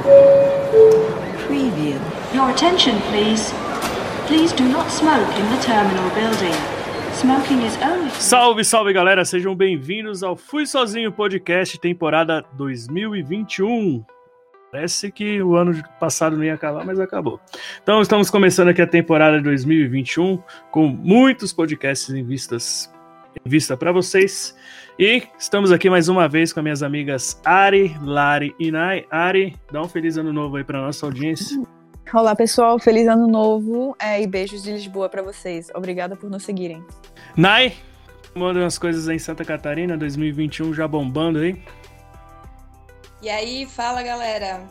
Preview. Your attention, please. Please do not smoke in the terminal building. Smoking is only... Salve, salve galera, sejam bem-vindos ao Fui Sozinho Podcast, temporada 2021. Parece que o ano passado não ia acabar, mas acabou. Então estamos começando aqui a temporada de 2021 com muitos podcasts em vista para vocês. E estamos aqui mais uma vez com as minhas amigas Ari, Lari e Nai. Ari, dá um feliz ano novo aí para nossa audiência. Olá pessoal, feliz ano novo e beijos de Lisboa para vocês. Obrigada por nos seguirem. Nai, manda umas coisas aí em Santa Catarina, 2021 já bombando aí. E aí, fala galera,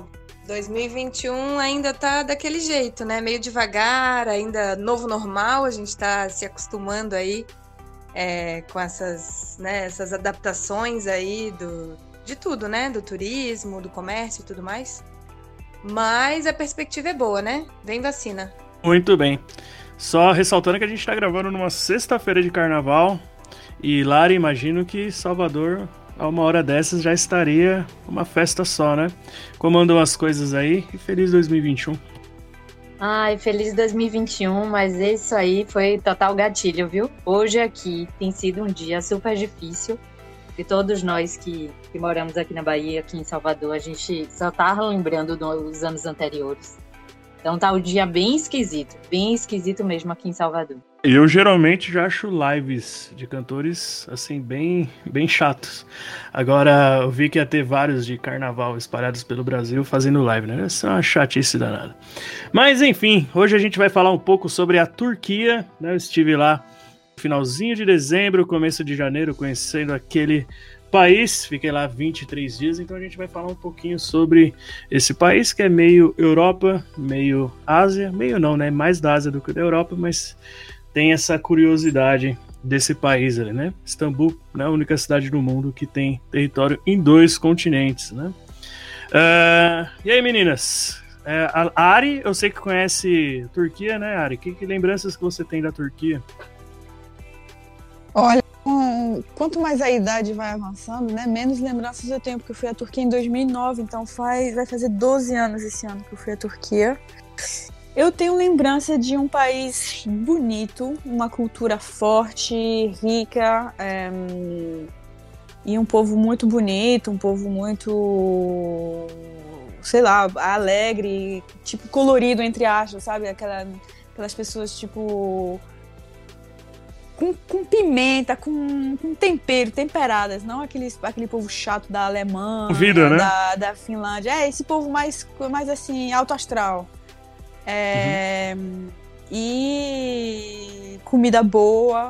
2021 ainda tá daquele jeito, né, meio devagar, ainda novo normal, a gente tá se acostumando aí com essas adaptações aí de tudo, né, do turismo, do comércio e tudo mais, mas a perspectiva é boa, né, vem vacina. Muito bem, só ressaltando que a gente tá gravando numa sexta-feira de carnaval e Lara, imagino que Salvador... a uma hora dessas já estaria uma festa só, né? Como andam as coisas aí? E feliz 2021. Ai, feliz 2021, mas isso aí foi total gatilho, viu? Hoje aqui tem sido um dia super difícil. E todos nós que moramos aqui na Bahia, aqui em Salvador, a gente só tá lembrando dos anos anteriores. Então tá o dia bem esquisito mesmo aqui em Salvador. Eu geralmente já acho lives de cantores, assim, bem chatos. Agora, eu vi que ia ter vários de carnaval espalhados pelo Brasil fazendo live, né? Essa é uma chatice danada. Mas, enfim, hoje a gente vai falar um pouco sobre a Turquia, né? Eu estive lá no finalzinho de dezembro, começo de janeiro, conhecendo aquele país. Fiquei lá 23 dias, então a gente vai falar um pouquinho sobre esse país, que é meio Europa, meio Ásia. Meio não, né? Mais da Ásia do que da Europa, mas... tem essa curiosidade desse país ali, né? Istambul, né? A única cidade do mundo que tem território em 2 continentes, né? E aí, meninas? A Ari, eu sei que conhece a Turquia, né, Ari? Que lembranças que você tem da Turquia? Olha, quanto mais a idade vai avançando, né, menos lembranças eu tenho, porque eu fui à Turquia em 2009, então vai fazer 12 anos esse ano que eu fui à Turquia. Eu tenho lembrança de um país bonito, uma cultura forte, rica, e um povo muito bonito, um povo muito, sei lá, alegre, tipo, colorido, entre aspas, sabe? Aquelas pessoas, tipo, com pimenta, com tempero, temperadas, não aquele povo chato da Alemanha, vida, né? da Finlândia. Esse povo mais assim, alto astral. E comida boa,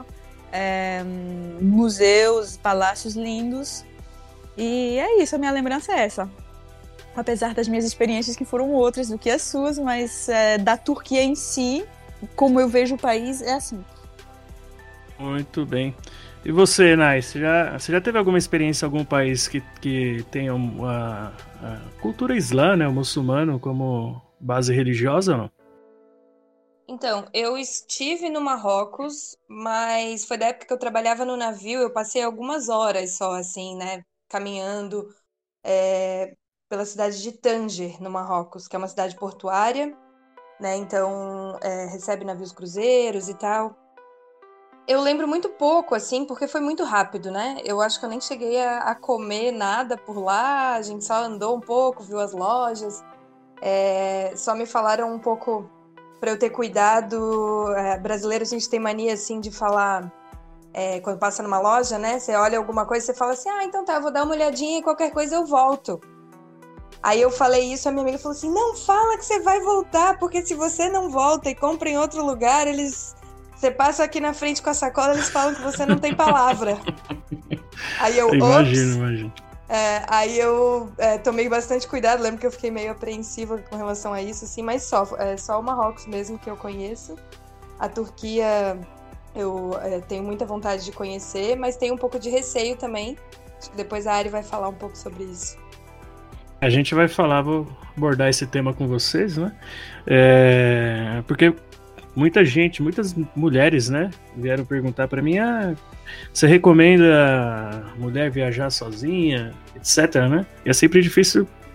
museus, palácios lindos, e é isso, a minha lembrança é essa, apesar das minhas experiências que foram outras do que as suas, mas da Turquia em si, como eu vejo o país, é assim. Muito bem. E você, Nai, você já teve alguma experiência em algum país que tenha uma cultura islã, né, o muçulmano, como base religiosa ou não? Então, eu estive no Marrocos, mas foi da época que eu trabalhava no navio, eu passei algumas horas só, assim, né, caminhando pela cidade de Tanger, no Marrocos, que é uma cidade portuária, né, então recebe navios cruzeiros e tal. Eu lembro muito pouco, assim, porque foi muito rápido, né, eu acho que eu nem cheguei a comer nada por lá, a gente só andou um pouco, viu as lojas, só me falaram um pouco... para eu ter cuidado. Brasileiro, a gente tem mania, assim, de falar, quando passa numa loja, né, você olha alguma coisa, você fala assim, então tá, eu vou dar uma olhadinha e qualquer coisa eu volto. Aí eu falei isso, a minha amiga falou assim, não fala que você vai voltar, porque se você não volta e compra em outro lugar, você passa aqui na frente com a sacola, eles falam que você não tem palavra. Aí eu imagino. Aí eu tomei bastante cuidado, lembro que eu fiquei meio apreensiva com relação a isso, assim, mas só o Marrocos mesmo que eu conheço. A Turquia eu tenho muita vontade de conhecer, mas tenho um pouco de receio também. Acho que depois a Ari vai falar um pouco sobre isso. A gente vai falar, vou abordar esse tema com vocês, né? Porque muitas mulheres, né, vieram perguntar para mim, você recomenda a mulher viajar sozinha, etc, né? E é sempre difícil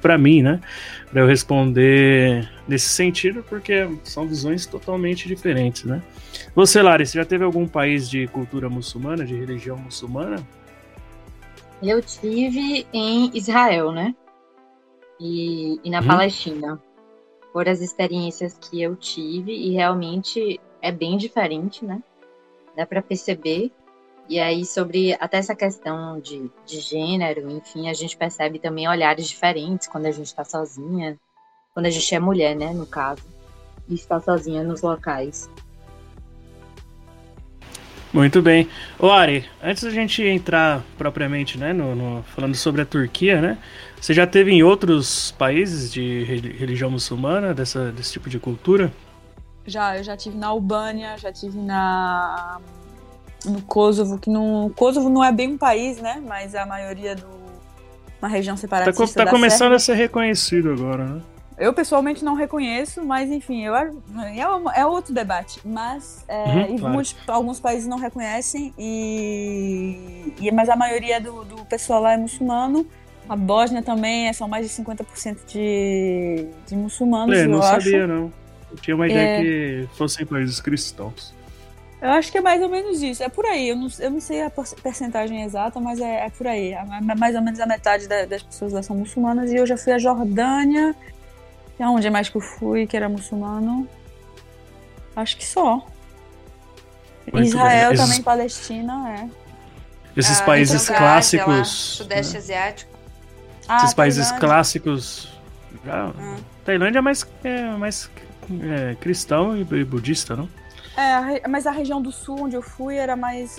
para mim, né? Para eu responder nesse sentido, porque são visões totalmente diferentes, né? Você, Lari, você já teve algum país de cultura muçulmana, de religião muçulmana? Eu tive em Israel, né? E na Palestina. Foram as experiências que eu tive e realmente é bem diferente, né? Dá para perceber. E aí, sobre até essa questão de gênero, enfim, a gente percebe também olhares diferentes quando a gente está sozinha, quando a gente é mulher, né, no caso, e está sozinha nos locais. Muito bem. Ô Ari, antes da gente entrar propriamente, né, falando sobre a Turquia, né, você já teve em outros países de religião muçulmana, desse tipo de cultura? Eu já tive na Albânia, já tive no Kosovo, Kosovo não é bem um país, né? Mas a maioria uma região separatista tá da começando Sérvia. a ser reconhecido agora, né? Eu pessoalmente não reconheço, mas enfim, é outro debate. Mas claro. Alguns países não reconhecem, mas a maioria do pessoal lá é muçulmano. A Bósnia também, são mais de 50% de muçulmanos, eu não acho. sabia, não. Eu tinha uma ideia que fossem países cristãos. Eu acho que é mais ou menos isso. É por aí. Eu não sei a percentagem exata, mas é por aí. Mais ou menos a metade das pessoas lá são muçulmanas. E eu já fui à Jordânia. E aonde mais que eu fui que era muçulmano? Acho que só. Muito Israel bem. também, Palestina, Esses países então, da Ásia, lá, clássicos. Sudeste Asiático. Esses países Tailândia. clássicos. Tailândia é mais cristão e budista, não? Mas a região do sul onde eu fui era mais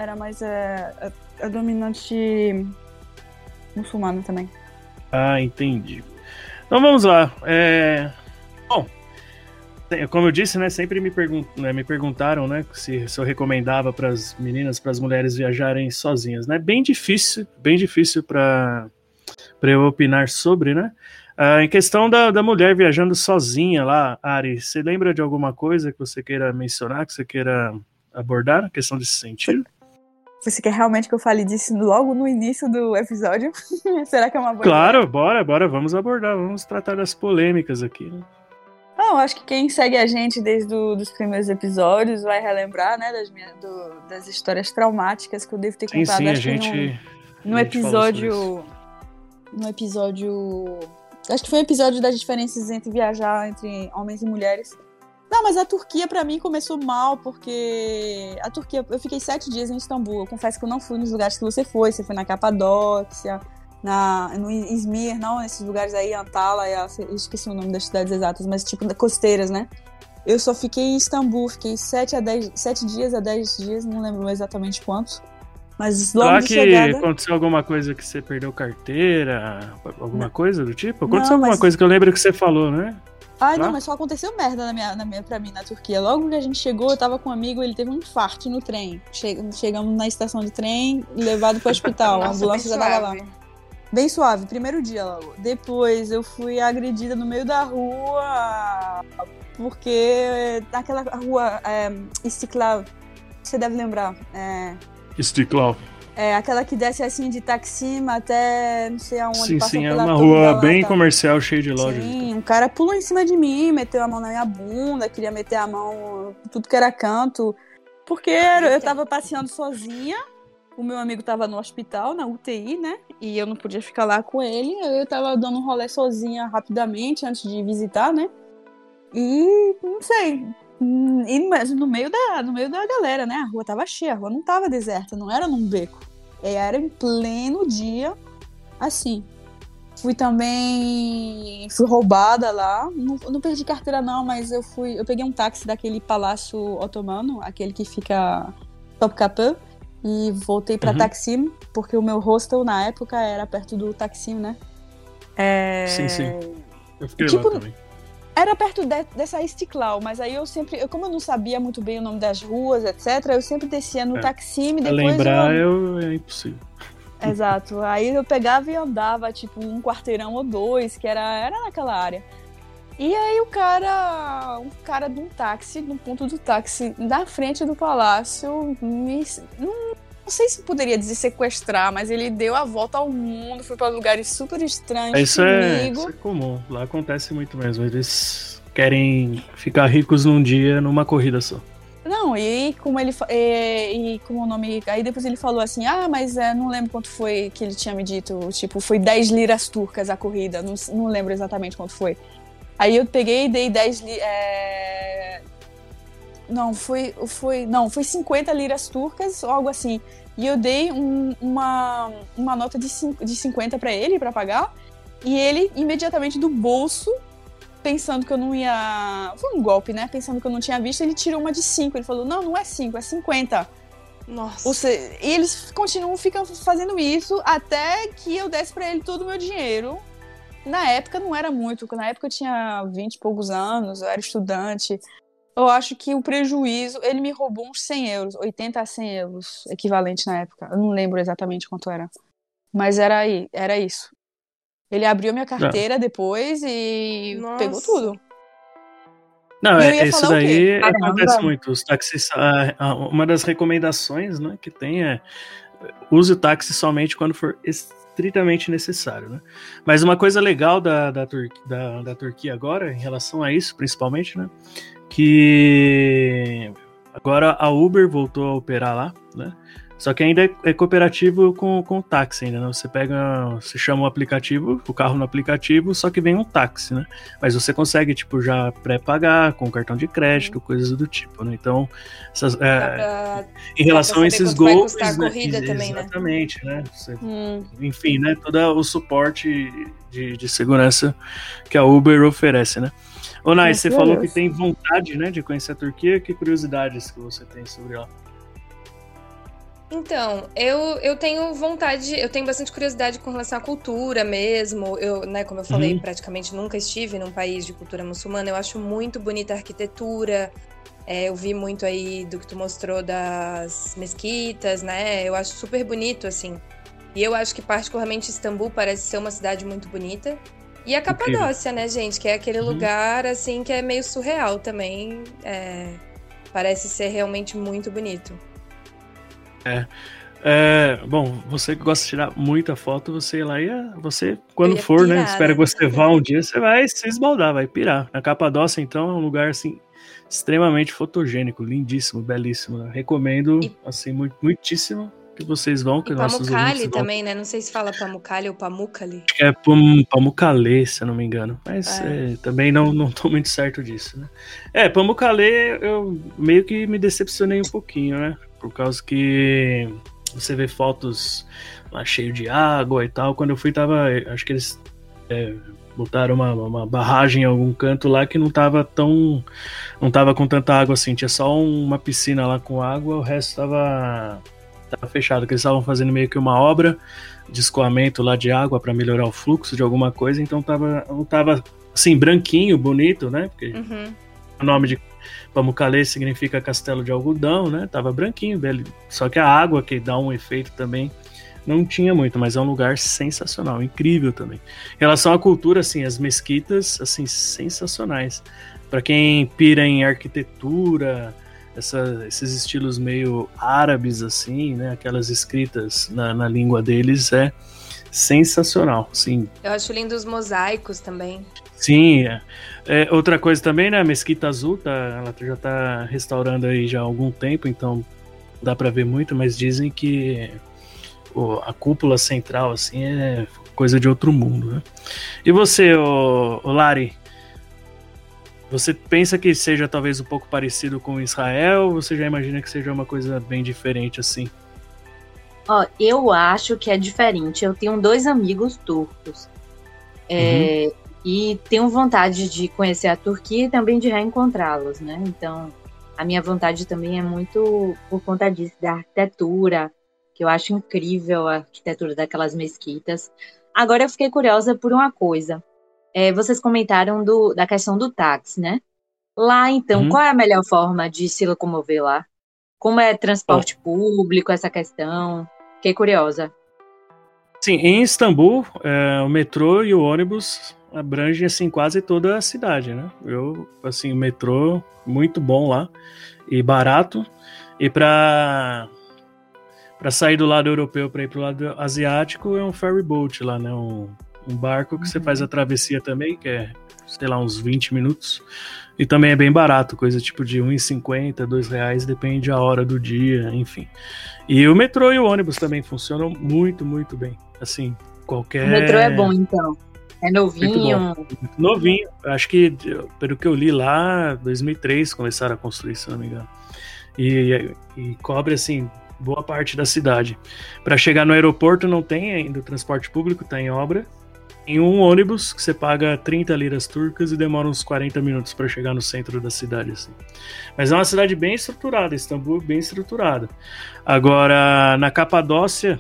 a dominante muçulmana também. Ah, entendi. Então vamos lá. Bom, como eu disse, né, sempre me perguntaram, né, se eu recomendava para as meninas, para as mulheres viajarem sozinhas, né? Bem difícil para eu opinar sobre, né? Em questão da mulher viajando sozinha lá, Ari, você lembra de alguma coisa que você queira mencionar, que você queira abordar, a questão desse sentido? Você quer realmente que eu fale disso logo no início do episódio? Será que é uma boa Claro, ideia? bora, vamos abordar, vamos tratar das polêmicas aqui, né? Não, acho que quem segue a gente desde os primeiros episódios vai relembrar, né, das histórias traumáticas que eu devo ter contado. Sim, acho a gente no episódio... Acho que foi um episódio das diferenças entre viajar entre homens e mulheres. Não, mas a Turquia pra mim começou mal, porque a Turquia, eu fiquei 7 dias em Istambul. Eu confesso que eu não fui nos lugares que você foi. Você foi na Capadócia, no Izmir, não, nesses lugares aí, Antalya, eu esqueci o nome das cidades exatas, mas tipo costeiras, né? Eu só fiquei em Istambul, fiquei 7 dias a 10 dias, não lembro exatamente quantos. Mas logo de chegada... que aconteceu alguma coisa que você perdeu carteira, alguma coisa do tipo? Aconteceu alguma coisa que eu lembro que você falou, né? Não, mas só aconteceu merda pra mim na Turquia. Logo que a gente chegou, eu tava com um amigo, ele teve um infarto no trem. Chegamos na estação de trem, levado pro hospital. A ambulância já tava lá. Bem suave, primeiro dia logo. Depois eu fui agredida no meio da rua, porque naquela rua Istiklal, você deve lembrar. Istiklal. Aquela que desce assim de Taksim até não sei aonde. Sim, é uma rua bem comercial, cheia de lojas. Sim, um cara pulou em cima de mim, meteu a mão na minha bunda, queria meter a mão tudo que era canto. Porque eu tava passeando sozinha, o meu amigo tava no hospital, na UTI, né? E eu não podia ficar lá com ele, eu tava dando um rolê sozinha rapidamente, antes de visitar, né? E não sei... Mas no meio da galera, né? A rua tava cheia, a rua não tava deserta, não era num beco. Era em pleno dia, assim. Fui roubada lá. Não perdi carteira não, mas eu peguei um táxi daquele palácio otomano, aquele que fica Topkapı, e voltei pra Taksim, porque o meu hostel na época era perto do Taksim, né? Sim. Eu fiquei tipo, lá também. Era perto dessa Istiklal, mas aí como eu não sabia muito bem o nome das ruas, etc., eu sempre descia no Taksim e depois... Lembrar é impossível. Exato. Aí eu pegava e andava, tipo, um quarteirão ou dois, que era naquela área. E aí um cara de um táxi, no ponto do táxi, na frente do palácio, não sei se poderia dizer sequestrar, mas ele deu a volta ao mundo, foi para lugares super estranhos Isso comigo. isso é comum, lá acontece muito mesmo. Eles querem ficar ricos num dia, numa corrida só. Não, e como ele e como o nome. Aí depois ele falou assim: mas não lembro quanto foi que ele tinha me dito. Tipo, foi 10 liras turcas a corrida. Não lembro exatamente quanto foi. Aí eu peguei e dei 10 liras. Não, foi 50 liras turcas ou algo assim. E eu dei uma nota de 50 pra ele, pra pagar. E ele, imediatamente do bolso, pensando que eu não ia... Foi um golpe, né? Pensando que eu não tinha visto, ele tirou uma de 5. Ele falou, não é 5, é 50. Nossa. E eles ficam fazendo isso até que eu desse pra ele todo o meu dinheiro. Na época não era muito, porque na época eu tinha 20 e poucos anos, eu era estudante. Eu acho que o prejuízo, ele me roubou uns 100 euros, 80 a 100 euros, equivalente na época. Eu não lembro exatamente quanto era. Mas era isso. Ele abriu minha carteira depois e pegou tudo. Não, E eu ia isso falar o quê? daí acontece muito. Os táxis, uma das recomendações, né, que tem é use o táxi somente quando for estritamente necessário, né? Mas uma coisa legal da Turquia agora, em relação a isso, principalmente, né, que agora a Uber voltou a operar lá, né? Só que ainda é cooperativo com táxi ainda, né? Você chama o aplicativo, o carro no aplicativo, só que vem um táxi, né? Mas você consegue, tipo, já pré-pagar com cartão de crédito, coisas do tipo, né? Então, em relação a esses golpes, vai custar a corrida também, exatamente, né? Enfim, né? Todo o suporte de segurança que a Uber oferece, né? Ô, Nai, você falou que tem vontade, né, de conhecer a Turquia. Que curiosidades que você tem sobre ela? Então, eu tenho vontade, eu tenho bastante curiosidade com relação à cultura mesmo. Eu, né, como eu falei, praticamente nunca estive num país de cultura muçulmana. Eu acho muito bonita a arquitetura. Eu vi muito aí do que tu mostrou das mesquitas, né? Eu acho super bonito, assim. E eu acho que particularmente Istambul parece ser uma cidade muito bonita. E a Capadócia, né, gente? Que é aquele lugar, assim, que é meio surreal também. Parece ser realmente muito bonito. Bom, você que gosta de tirar muita foto, você ir lá você, quando for, pirar, né? Espero que você vá um dia, você vai se esbaldar, vai pirar. A Capadócia, então, é um lugar, assim, extremamente fotogênico, lindíssimo, belíssimo. Né? Recomendo, assim, muitíssimo que vocês vão. Que Pamukkale também, né? Não sei se fala Pamukkale ou Pamukkale. Acho que é Pamukkale, se eu não me engano. Mas também não tô muito certo disso, né? Pamukkale, eu meio que me decepcionei um pouquinho, né? Por causa que você vê fotos lá cheio de água e tal. Quando eu fui, acho que eles botaram uma barragem em algum canto lá que não tava com tanta água assim. Tinha só uma piscina lá com água, o resto tava fechado. Que eles estavam fazendo meio que uma obra de escoamento lá de água para melhorar o fluxo de alguma coisa. Então não tava assim, branquinho, bonito, né? Porque o nome de Pamukkale significa castelo de algodão, né? Tava branquinho, velho. Só que a água que dá um efeito também não tinha muito, mas é um lugar sensacional, incrível também. Em relação à cultura, assim, as mesquitas, assim, sensacionais. Para quem pira em arquitetura, esses estilos meio árabes, assim, né? Aquelas escritas na língua deles, é sensacional, sim. Eu acho lindo os mosaicos também. Sim, outra coisa também, né, a Mesquita Azul, ela já tá restaurando aí já há algum tempo, então dá pra ver muito, mas dizem que a cúpula central, assim, é coisa de outro mundo, né? E você, Lari, você pensa que seja talvez um pouco parecido com Israel, ou você já imagina que seja uma coisa bem diferente, assim? Eu acho que é diferente. Eu tenho 2 amigos turcos. E tenho vontade de conhecer a Turquia e também de reencontrá-los, né? Então, a minha vontade também é muito por conta disso, da arquitetura, que eu acho incrível a arquitetura daquelas mesquitas. Agora, eu fiquei curiosa por uma coisa. Vocês comentaram da questão do táxi, né? Lá, então, qual é a melhor forma de se locomover lá? Como é transporte público, essa questão? Fiquei curiosa. Sim, em Istambul, o metrô e o ônibus abrangem, assim, quase toda a cidade, né? O metrô, muito bom lá, e barato, e para Para sair do lado europeu para ir pro lado asiático é um ferry boat lá, né? Um barco que você faz a travessia também, que é, sei lá, uns 20 minutos. E também é bem barato, coisa tipo de R$1,50, R$2, depende da hora do dia, enfim. E o metrô e o ônibus também funcionam muito, muito bem. Assim, qualquer... O metrô é bom, então. É novinho. Muito novinho. Acho que, pelo que eu li lá, 2003 começaram a construir, se não me engano. E cobre, assim, boa parte da cidade. Para chegar no aeroporto não tem ainda o transporte público, está em obra. Em um ônibus que você paga 30 liras turcas e demora uns 40 minutos para chegar no centro da cidade, assim. Mas é uma cidade bem estruturada, Istambul bem estruturada. Agora, na Capadócia,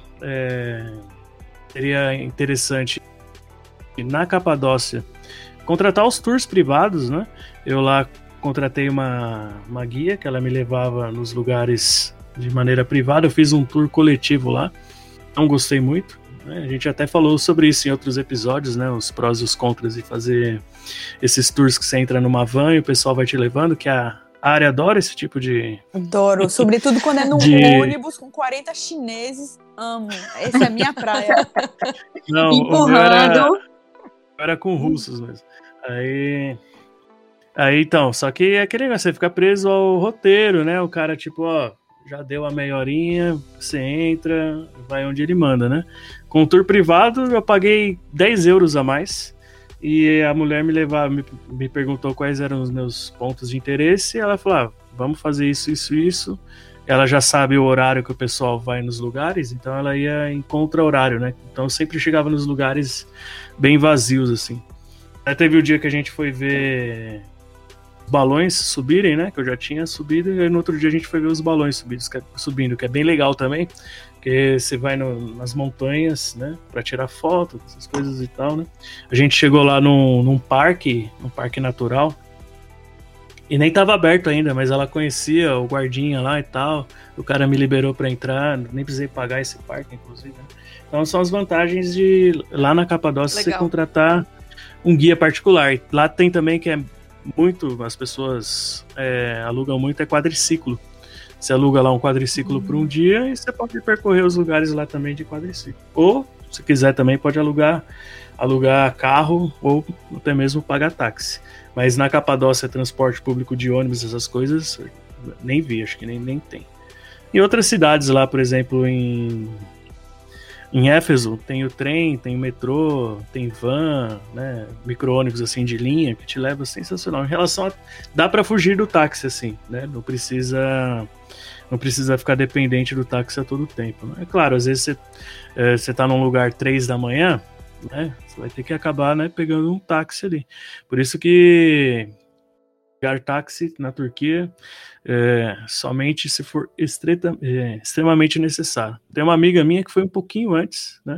seria interessante, na Capadócia, contratar os tours privados, né? Eu lá contratei uma guia que ela me levava nos lugares de maneira privada. Eu fiz um tour coletivo lá, não gostei muito. A gente até falou sobre isso em outros episódios, né? Os prós e os contras de fazer esses tours que você entra numa van e o pessoal vai te levando, que a área adora esse tipo de... Adoro, sobretudo quando é num ônibus com 40 chineses, amo. Essa é a minha praia. Não, empurrando. Era com russos mesmo. Aí então, só que é aquele negócio, você fica preso ao roteiro, né? O cara tipo, já deu a meia horinha, você entra, vai onde ele manda, né? Com o tour privado, eu paguei 10 euros a mais e a mulher me perguntou quais eram os meus pontos de interesse e ela falou, vamos fazer isso. Ela já sabe o horário que o pessoal vai nos lugares, então ela ia em contra-horário, né? Então eu sempre chegava nos lugares bem vazios, assim. Aí teve o dia que a gente foi ver balões subirem, né? Que eu já tinha subido, e aí no outro dia a gente foi ver os balões subindo, que é bem legal também, porque você vai nas montanhas, né? Pra tirar foto, essas coisas e tal, né? A gente chegou lá num parque natural, e nem tava aberto ainda, mas ela conhecia o guardinha lá e tal, o cara me liberou pra entrar, nem precisei pagar esse parque, inclusive, né? Então são as vantagens de, lá na Capadócia, você contratar um guia particular. Lá tem também que é muito, as pessoas alugam muito, é quadriciclo. Você aluga lá um quadriciclo por um dia e você pode percorrer os lugares lá também de quadriciclo. Ou, se quiser também, pode alugar carro ou até mesmo pagar táxi. Mas na Capadócia, transporte público de ônibus, essas coisas, nem vi, acho que nem tem. Em outras cidades lá, por exemplo, em Éfeso, tem o trem, tem o metrô, tem van, né, micro-ônibus assim de linha, que te leva sensacional. Em relação a... dá para fugir do táxi, assim, né? Não precisa ficar dependente do táxi a todo tempo, né? É claro, às vezes você tá num lugar 3 da manhã, né? Você vai ter que acabar, né, pegando um táxi ali. Por isso que pegar táxi na Turquia somente se for extremamente necessário. Tem uma amiga minha que foi um pouquinho antes, né?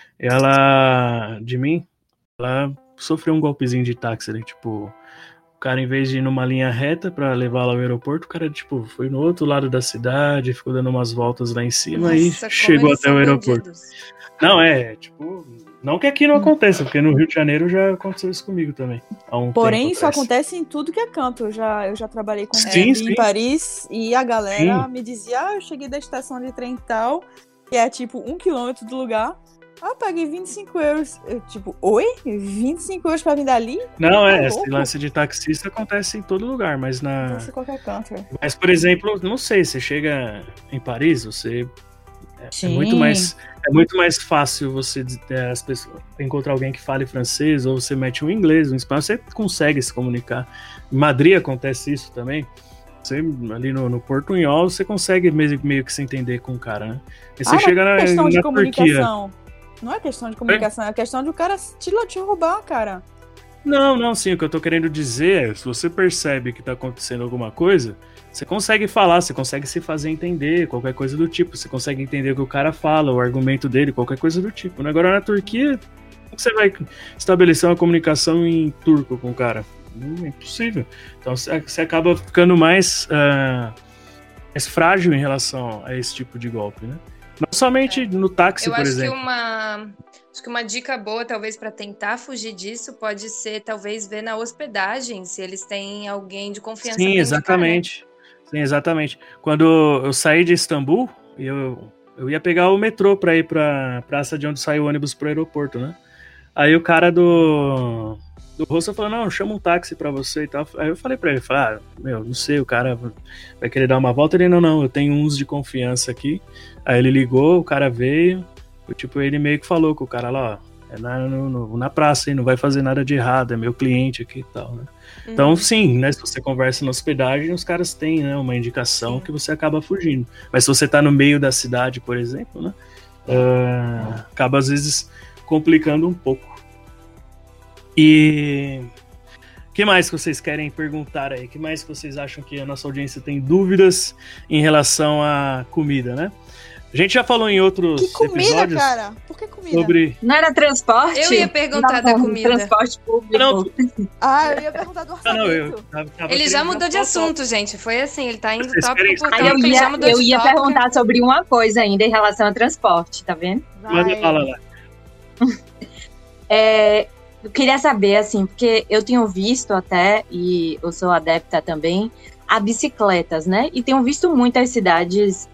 Ela sofreu um golpezinho de táxi ali, tipo, o cara, em vez de ir numa linha reta pra levá-la ao aeroporto, o cara, tipo, foi no outro lado da cidade, ficou dando umas voltas lá em cima e chegou até o aeroporto. Não, tipo... Não que aqui não aconteça, porque no Rio de Janeiro já aconteceu isso comigo também. Porém, isso acontece em tudo que é canto. Eu já trabalhei com em Paris e a galera me dizia, eu cheguei da estação de trem tal, que é tipo 1 quilômetro do lugar. Paguei 25 euros. Eu, tipo, oi? 25 euros pra vir dali? Não, esse lance de taxista acontece em todo lugar, mas acontece em qualquer canto. Mas, por exemplo, não sei, você chega em Paris, você... É muito mais fácil você encontrar alguém que fale francês, ou você mete um inglês, um espanhol, você consegue se comunicar. Em Madrid acontece isso também. Você, ali no portunhol, você consegue meio que se entender com o cara, né? E você chega na Turquia. Não é questão de comunicação, é questão de o cara te roubar, cara. Não, sim, o que eu tô querendo dizer é, se você percebe que tá acontecendo alguma coisa, você consegue falar, você consegue se fazer entender, qualquer coisa do tipo, você consegue entender o que o cara fala, o argumento dele, qualquer coisa do tipo. Agora na Turquia, como você vai estabelecer uma comunicação em turco com o cara? É impossível. Então você acaba ficando mais frágil em relação a esse tipo de golpe, né? Não somente no táxi, por exemplo. Acho que uma dica boa, talvez, para tentar fugir disso, pode ser, talvez, ver na hospedagem, se eles têm alguém de confiança. Sim, exatamente. Sim, exatamente. Quando eu saí de Istambul, eu eu ia pegar o metrô pra ir pra praça de onde sai o ônibus pro aeroporto, né? Aí o cara do hostel falou, não, chama um táxi pra você e tal. Aí eu falei pra ele, não sei, o cara vai querer dar uma volta. Ele, não, eu tenho uns de confiança aqui. Aí ele ligou, o cara veio, tipo, ele meio que falou com o cara lá, ó, é na praça, hein, não vai fazer nada de errado, é meu cliente aqui e tal, né? Então, sim, né, se você conversa na hospedagem, os caras têm, né, uma indicação que você acaba fugindo. Mas se você tá no meio da cidade, por exemplo, né, acaba às vezes complicando um pouco. E o que mais que vocês querem perguntar aí? O que mais que vocês acham que a nossa audiência tem dúvidas em relação à comida, né? A gente já falou em outros episódios, cara? Por que comida? Sobre... Não era transporte? Eu ia perguntar da comida. Transporte público. Não, eu ia perguntar do orçamento. Ele já mudou de assunto, gente. Foi assim, ele tá indo tópico por Aí tópico, ele já mudou de eu ia tópico. perguntar sobre uma coisa ainda em relação ao transporte, tá vendo? Fala lá. Eu queria saber, assim, porque eu tenho visto até, e eu sou adepta também, a bicicletas, né? E tenho visto muitas cidades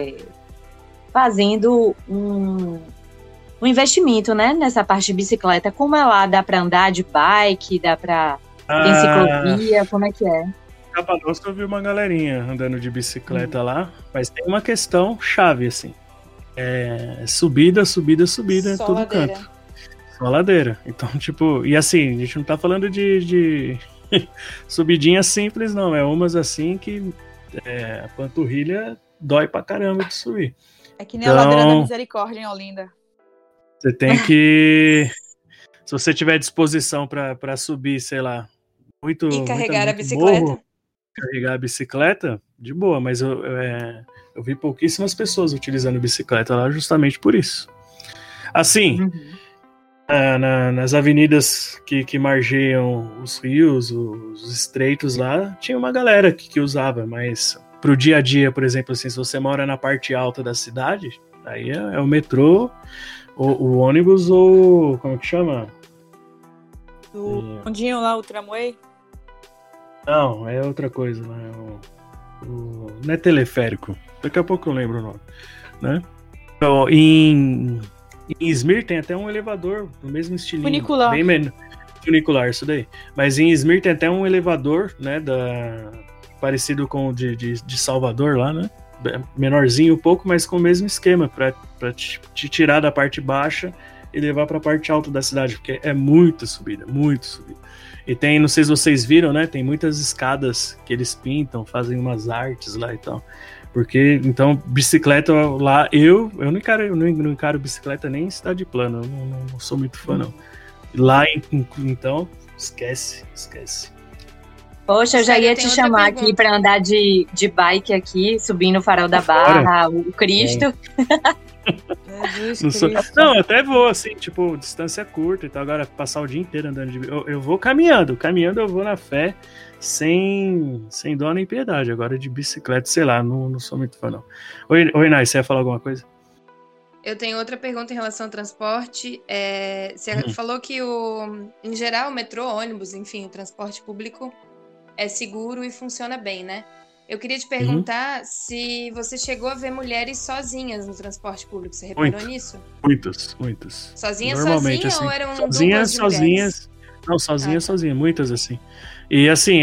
fazendo um investimento, né? Nessa parte de bicicleta. Como é lá? Dá pra andar de bike? Dá pra... Tem ciclovia? Como é que é? Capadócia eu vi uma galerinha andando de bicicleta lá, mas tem uma questão chave, assim. Subida Só em todo ladeira. canto. Só ladeira. Então, tipo, e assim, a gente não tá falando de subidinha simples, não. É umas assim que a panturrilha dói pra caramba de subir. É que nem a ladeira da misericórdia em Olinda. Você tem que... Se você tiver disposição pra subir, sei lá, muito... E carregar muito a bicicleta. morro, carregar a bicicleta, de boa, mas eu vi pouquíssimas pessoas utilizando bicicleta lá justamente por isso. Assim, nas avenidas que margeiam os rios, os estreitos lá, tinha uma galera que usava, mas pro dia a dia, por exemplo, assim, se você mora na parte alta da cidade, aí é o metrô, o ônibus ou... como que chama? O ondinho lá, o tramway? Não, é outra coisa, né? Não é teleférico. Daqui a pouco eu lembro o nome, né? Então, em Izmir tem até um elevador do mesmo estilinho. Funicular. Bem menos. Funicular, isso daí. Mas em Izmir tem até um elevador, né? Parecido com o de Salvador lá, né? Menorzinho um pouco, mas com o mesmo esquema, pra te tirar da parte baixa e levar pra parte alta da cidade, porque é muito subida, muito subida. E tem, não sei se vocês viram, né? Tem muitas escadas que eles pintam, fazem umas artes lá e tal. Porque, então, bicicleta lá, eu não encaro bicicleta nem em cidade plana, eu não sou muito fã, não. Lá, então, esquece. Poxa, eu já ia Tem te outra chamar pergunta. aqui pra andar de bike aqui, subindo o Farol da Barra, o Cristo. Não, eu até vou, assim, tipo, distância curta e tal. Agora, passar o dia inteiro andando de bicicleta. Eu vou caminhando eu vou na fé, sem dó nem piedade. Agora, de bicicleta, sei lá, não sou muito fã, não. Oi, Nai, você ia falar alguma coisa? Eu tenho outra pergunta em relação ao transporte. Você falou que, em geral, o metrô, ônibus, enfim, o transporte público é seguro e funciona bem, né? Eu queria te perguntar se você chegou a ver mulheres sozinhas no transporte público. Você reparou nisso? Muitas. Sozinhas Normalmente, ou assim, eram sozinhas, duplas de mulheres? sozinhas. Não, sozinha, muitas, assim. E, assim,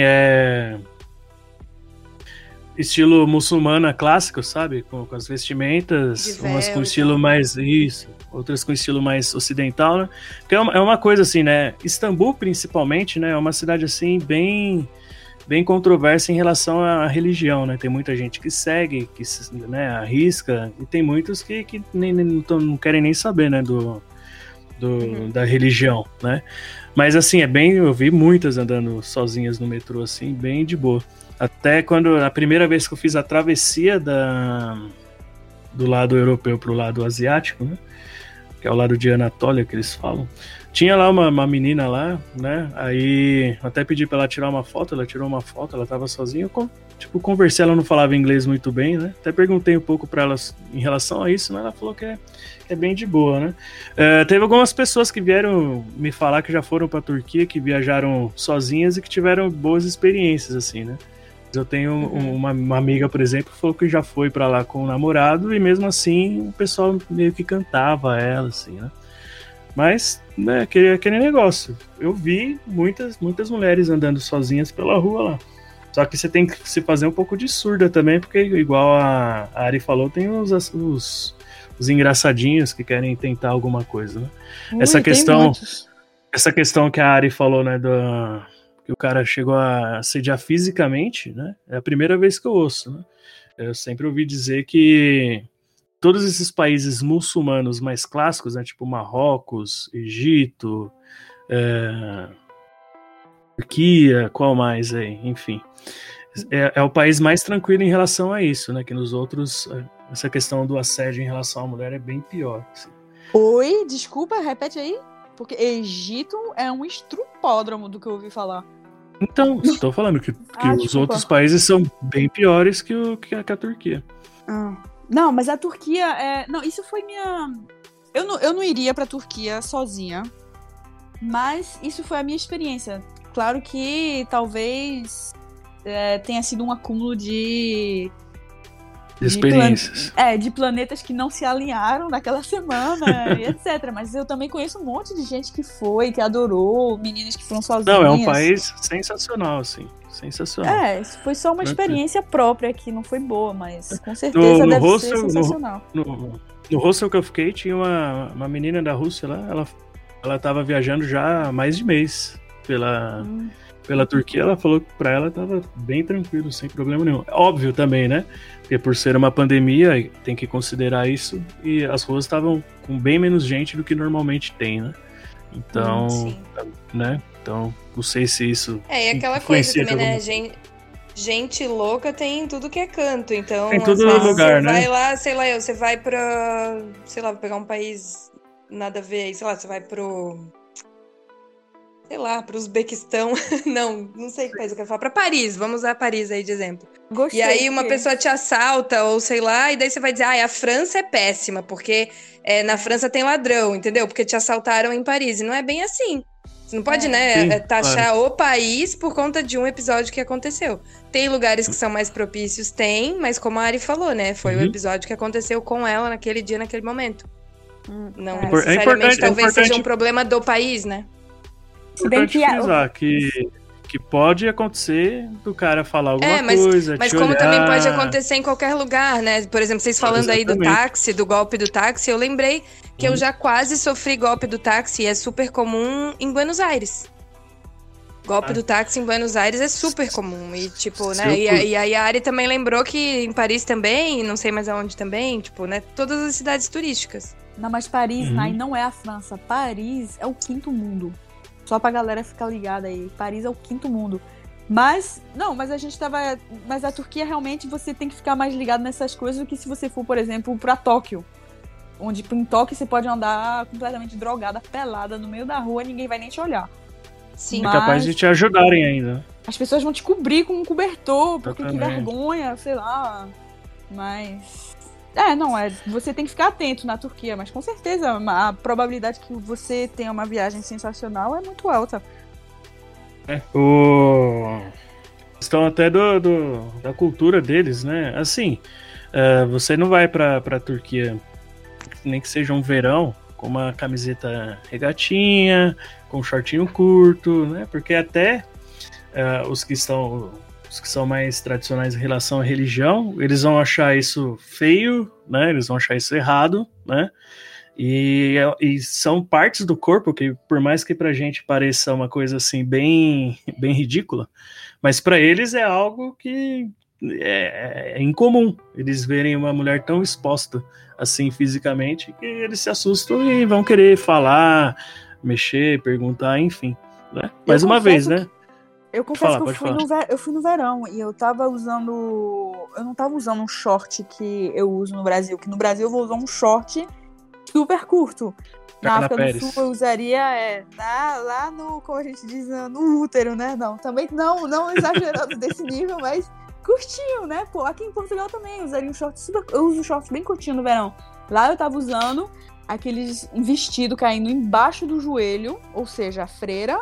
estilo muçulmana clássico, sabe? Com as vestimentas, De umas com véu e estilo tal. mais... Isso. Outras com estilo mais ocidental, né? Porque é uma coisa, assim, né? Istambul, principalmente, né? É uma cidade, assim, bem controversa em relação à religião, né? Tem muita gente que segue, que, né, arrisca, e tem muitos que não querem nem saber, né, da religião, né? Mas, assim, eu vi muitas andando sozinhas no metrô, assim, bem de boa. Até a primeira vez que eu fiz a travessia do lado europeu pro lado asiático, né? Que é o lado de Anatólia, que eles falam. Tinha lá uma menina lá, né? Aí até pedi pra ela tirar uma foto, ela tirou uma foto, ela tava sozinha. Eu conversei, ela não falava inglês muito bem, né? Até perguntei um pouco pra ela em relação a isso, né? Ela falou que é bem de boa, né? Teve algumas pessoas que vieram me falar que já foram pra Turquia, que viajaram sozinhas e que tiveram boas experiências, assim, né? Eu tenho uma amiga, por exemplo, que falou que já foi pra lá com o namorado e mesmo assim o pessoal meio que cantava ela, assim, né? Mas, né, aquele negócio. Eu vi muitas mulheres andando sozinhas pela rua lá. Só que você tem que se fazer um pouco de surda também, porque igual a Ari falou, tem os engraçadinhos que querem tentar alguma coisa, né? Essa questão que a Ari falou, né, que o cara chegou a assediar fisicamente, né? É a primeira vez que eu ouço, né? Eu sempre ouvi dizer que todos esses países muçulmanos mais clássicos, né, tipo Marrocos, Egito, Turquia, qual mais aí, enfim, é o país mais tranquilo em relação a isso, né? Que nos outros essa questão do assédio em relação à mulher é bem pior. Assim. Oi, desculpa, repete aí. Porque Egito é um estrupódromo do que eu ouvi falar. Então, estou falando que os outros países são bem piores que a Turquia. Não, mas a Turquia Não, isso foi minha... Eu não iria pra Turquia sozinha, mas isso foi a minha experiência. Claro que talvez tenha sido um acúmulo de experiências. De planetas que não se alinharam naquela semana, e etc. Mas eu também conheço um monte de gente que foi, que adorou, meninas que foram sozinhas. Não, é um país sensacional, assim. Sensacional. Isso foi só uma experiência própria que não foi boa, mas com certeza deve ser sensacional. No hostel que eu fiquei, tinha uma menina da Rússia lá, ela tava viajando já há mais de mês pela Turquia. Ela falou que pra ela tava bem tranquilo, sem problema nenhum. Óbvio também, né? Porque por ser uma pandemia, tem que considerar isso. E as ruas estavam com bem menos gente do que normalmente tem, né? Então, né? Então, não sei se isso... E aquela coisa também, né? Gente louca tem tudo que é canto. Então, tem tudo no lugar, né? Você vai lá, sei lá, você vai pra... Sei lá, vou pegar um país nada a ver aí. Sei lá, você vai pro Uzbequistão. não sei que país eu quero falar. Pra Paris, vamos usar Paris aí de exemplo. Gostei, e aí uma pessoa te assalta, ou sei lá, e daí você vai dizer, a França é péssima, porque na França tem ladrão, entendeu? Porque te assaltaram em Paris. E não é bem assim. Você não pode, taxar claro. O país por conta de um episódio que aconteceu. Tem lugares que são mais propícios, mas como a Ari falou, né? Foi o episódio que aconteceu com ela naquele dia, naquele momento. Não necessariamente, talvez seja um problema do país, né? É importante frisar que pode acontecer do cara falar alguma coisa, mas como também pode acontecer em qualquer lugar, né? Por exemplo, vocês falando aí do táxi, do golpe do táxi, eu lembrei que eu já quase sofri golpe do táxi e é super comum em Buenos Aires. Golpe do táxi em Buenos Aires é super comum. E, tipo, né? E aí a Ari também lembrou que em Paris também, não sei mais aonde também, tipo, né? Todas as cidades turísticas. Não, mas Paris não é a França. Paris é o quinto mundo. Só pra galera ficar ligada aí. Paris é o quinto mundo. Mas a gente tava... Mas a Turquia, realmente, você tem que ficar mais ligado nessas coisas do que se você for, por exemplo, pra Tóquio. Onde, em Tóquio, você pode andar completamente drogada, pelada, no meio da rua, ninguém vai nem te olhar. Sim. É capaz de te ajudarem ainda. As pessoas vão te cobrir com um cobertor, porque que vergonha, sei lá. Mas... você tem que ficar atento na Turquia, mas com certeza a probabilidade que você tenha uma viagem sensacional é muito alta. Questão até da cultura deles, né? Assim, você não vai pra Turquia, nem que seja um verão, com uma camiseta regatinha, com um shortinho curto, né? Porque até os que são mais tradicionais em relação à religião, eles vão achar isso feio, né? Eles vão achar isso errado, né? E são partes do corpo que, por mais que pra gente pareça uma coisa assim bem ridícula, mas pra eles é algo que é incomum. Eles verem uma mulher tão exposta assim fisicamente que eles se assustam e vão querer falar, mexer, perguntar, enfim, né? Mais uma vez, né? Eu confesso que eu fui no verão e eu não tava usando um short que eu uso no Brasil, que no Brasil eu vou usar um short super curto. Na África do Sul eu usaria lá no, como a gente diz, no útero, né? Não, também não exagerando desse nível, mas curtinho, né? Pô, aqui em Portugal também eu usaria um short eu uso um short bem curtinho no verão. Lá eu tava usando aqueles vestido caindo embaixo do joelho, ou seja, a freira,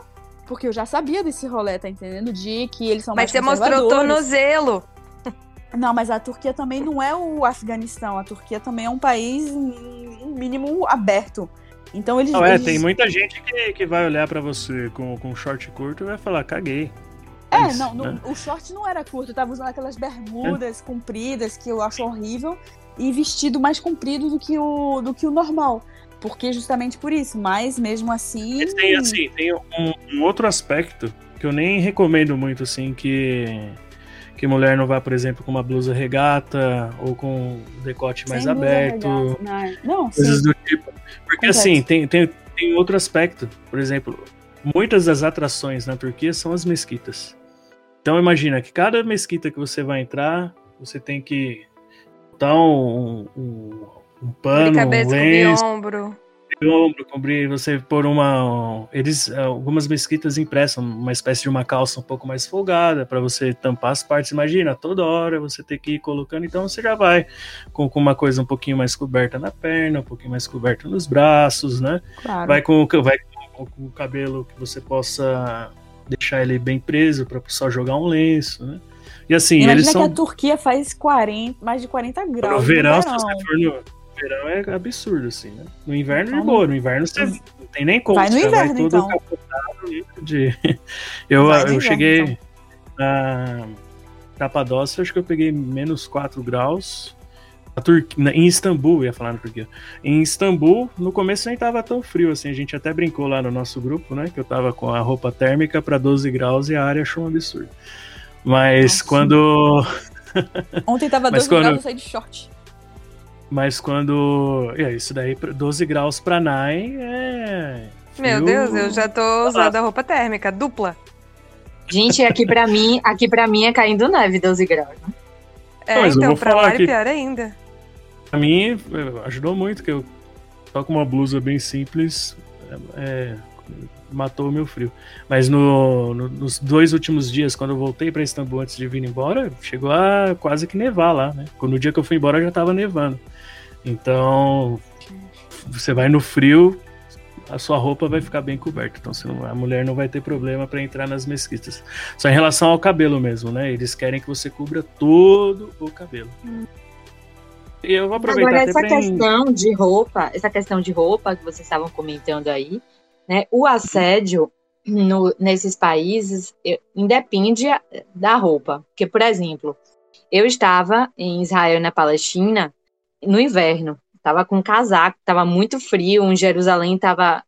Porque eu já sabia desse rolê, tá entendendo? De que eles são Mas mais você mostrou o tornozelo. Não, mas a Turquia também não é o Afeganistão. A Turquia também é um país, em mínimo, aberto. Então eles... Não, tem muita gente que vai olhar pra você com short curto e vai falar, caguei. Né? O short não era curto. Eu tava usando aquelas bermudas compridas, que eu acho horrível, e vestido mais comprido do que o normal. Porque justamente por isso. Mas mesmo assim... Tem um outro aspecto que eu nem recomendo muito, assim, que mulher não vá, por exemplo, com uma blusa regata ou com decote mais aberto. Não, coisas do tipo. Porque assim, tem outro aspecto. Por exemplo, muitas das atrações na Turquia são as mesquitas. Então imagina que cada mesquita que você vai entrar, você tem que botar um pano, cabeça, um lenço, cobrir ombro, você pôr algumas mesquitas impressam uma espécie de uma calça um pouco mais folgada para você tampar as partes. Imagina, toda hora você ter que ir colocando, então você já vai com uma coisa um pouquinho mais coberta na perna, um pouquinho mais coberta nos braços, né? Claro. Vai com o cabelo que você possa deixar ele bem preso para só jogar um lenço, né? E assim, imagina eles são... que a Turquia faz mais de 40 graus. No verão, se você for no verão, é absurdo, assim, né? No inverno, de boa. No inverno, você não tem nem como. Vai no inverno, vai todo então. capotado Eu cheguei na Capadócia, acho que eu peguei menos 4 graus. Em Istambul, ia falar na Turquia. Em Istambul, no começo nem tava tão frio, assim. A gente até brincou lá no nosso grupo, né? Que eu tava com a roupa térmica para 12 graus e a área achou um absurdo. Mas quando... Ontem tava 12 graus, eu saí de short. Mas quando... isso daí, 12 graus pra Nai é... frio. Meu Deus, eu já tô usando a roupa térmica, dupla. Gente, aqui pra mim é caindo neve 12 graus, né? Mas então, eu vou pra falar lá é que pior ainda. Pra mim, ajudou muito, que eu só com uma blusa bem simples matou o meu frio. Mas nos 2 últimos dias, quando eu voltei pra Istambul antes de vir embora, chegou a quase que nevar lá, né? No dia que eu fui embora já tava nevando. Então, você vai no frio, a sua roupa vai ficar bem coberta. Então a mulher não vai ter problema para entrar nas mesquitas. Só em relação ao cabelo mesmo, né? Eles querem que você cubra todo o cabelo. E eu vou aproveitar agora, até essa questão de roupa que vocês estavam comentando aí, né? O assédio nesses países independe da roupa. Porque, por exemplo, eu estava em Israel, na Palestina, no inverno. Estava com casaco, estava muito frio, em Jerusalém estava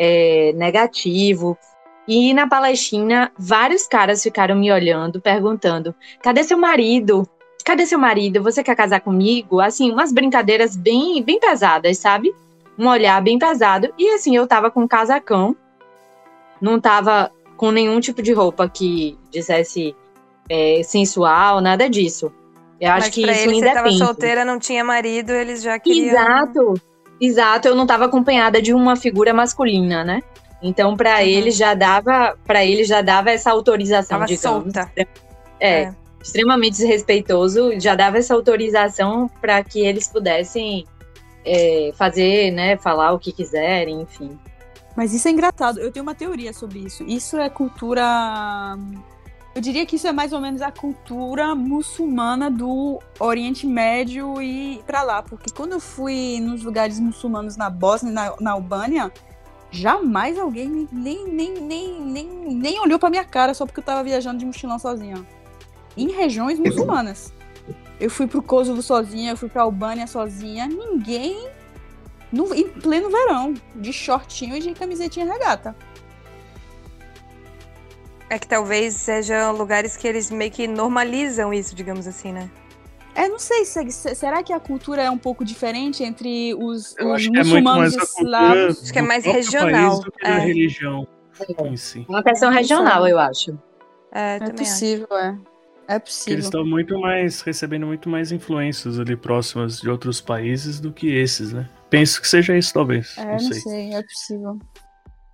negativo. E na Palestina, vários caras ficaram me olhando, perguntando: cadê seu marido? Cadê seu marido? Você quer casar comigo? Assim, umas brincadeiras bem, bem pesadas, sabe? Um olhar bem pesado. E assim, eu tava com um casacão, não tava com nenhum tipo de roupa que dissesse sensual, nada disso. Eu acho que isso independe. Você tava solteira, não tinha marido, eles já queriam... Exato, eu não tava acompanhada de uma figura masculina, né? Então, para eles já dava essa autorização, tava digamos. Solta. Extremamente desrespeitoso, já dava essa autorização para que eles pudessem fazer, né, falar o que quiserem, enfim. Mas isso é engraçado. Eu tenho uma teoria sobre isso. Isso é cultura... Eu diria que isso é mais ou menos a cultura muçulmana do Oriente Médio e pra lá. Porque quando eu fui nos lugares muçulmanos na Bósnia e na Albânia, jamais alguém nem olhou pra minha cara só porque eu tava viajando de mochilão sozinha. Em regiões muçulmanas. Eu fui pro Kosovo sozinha, eu fui pra Albânia sozinha. Ninguém, em pleno verão, de shortinho e de camisetinha regata. É que talvez sejam lugares que eles meio que normalizam isso, digamos assim, né? Não sei, será que a cultura é um pouco diferente entre os muçulmanos e eslavos? Acho que é mais regional. Do que da religião em si. Uma questão regional, eu acho. É possível, É possível. Eles estão recebendo muito mais influências ali próximas de outros países do que esses, né? Penso que seja isso, talvez. Não sei, é possível.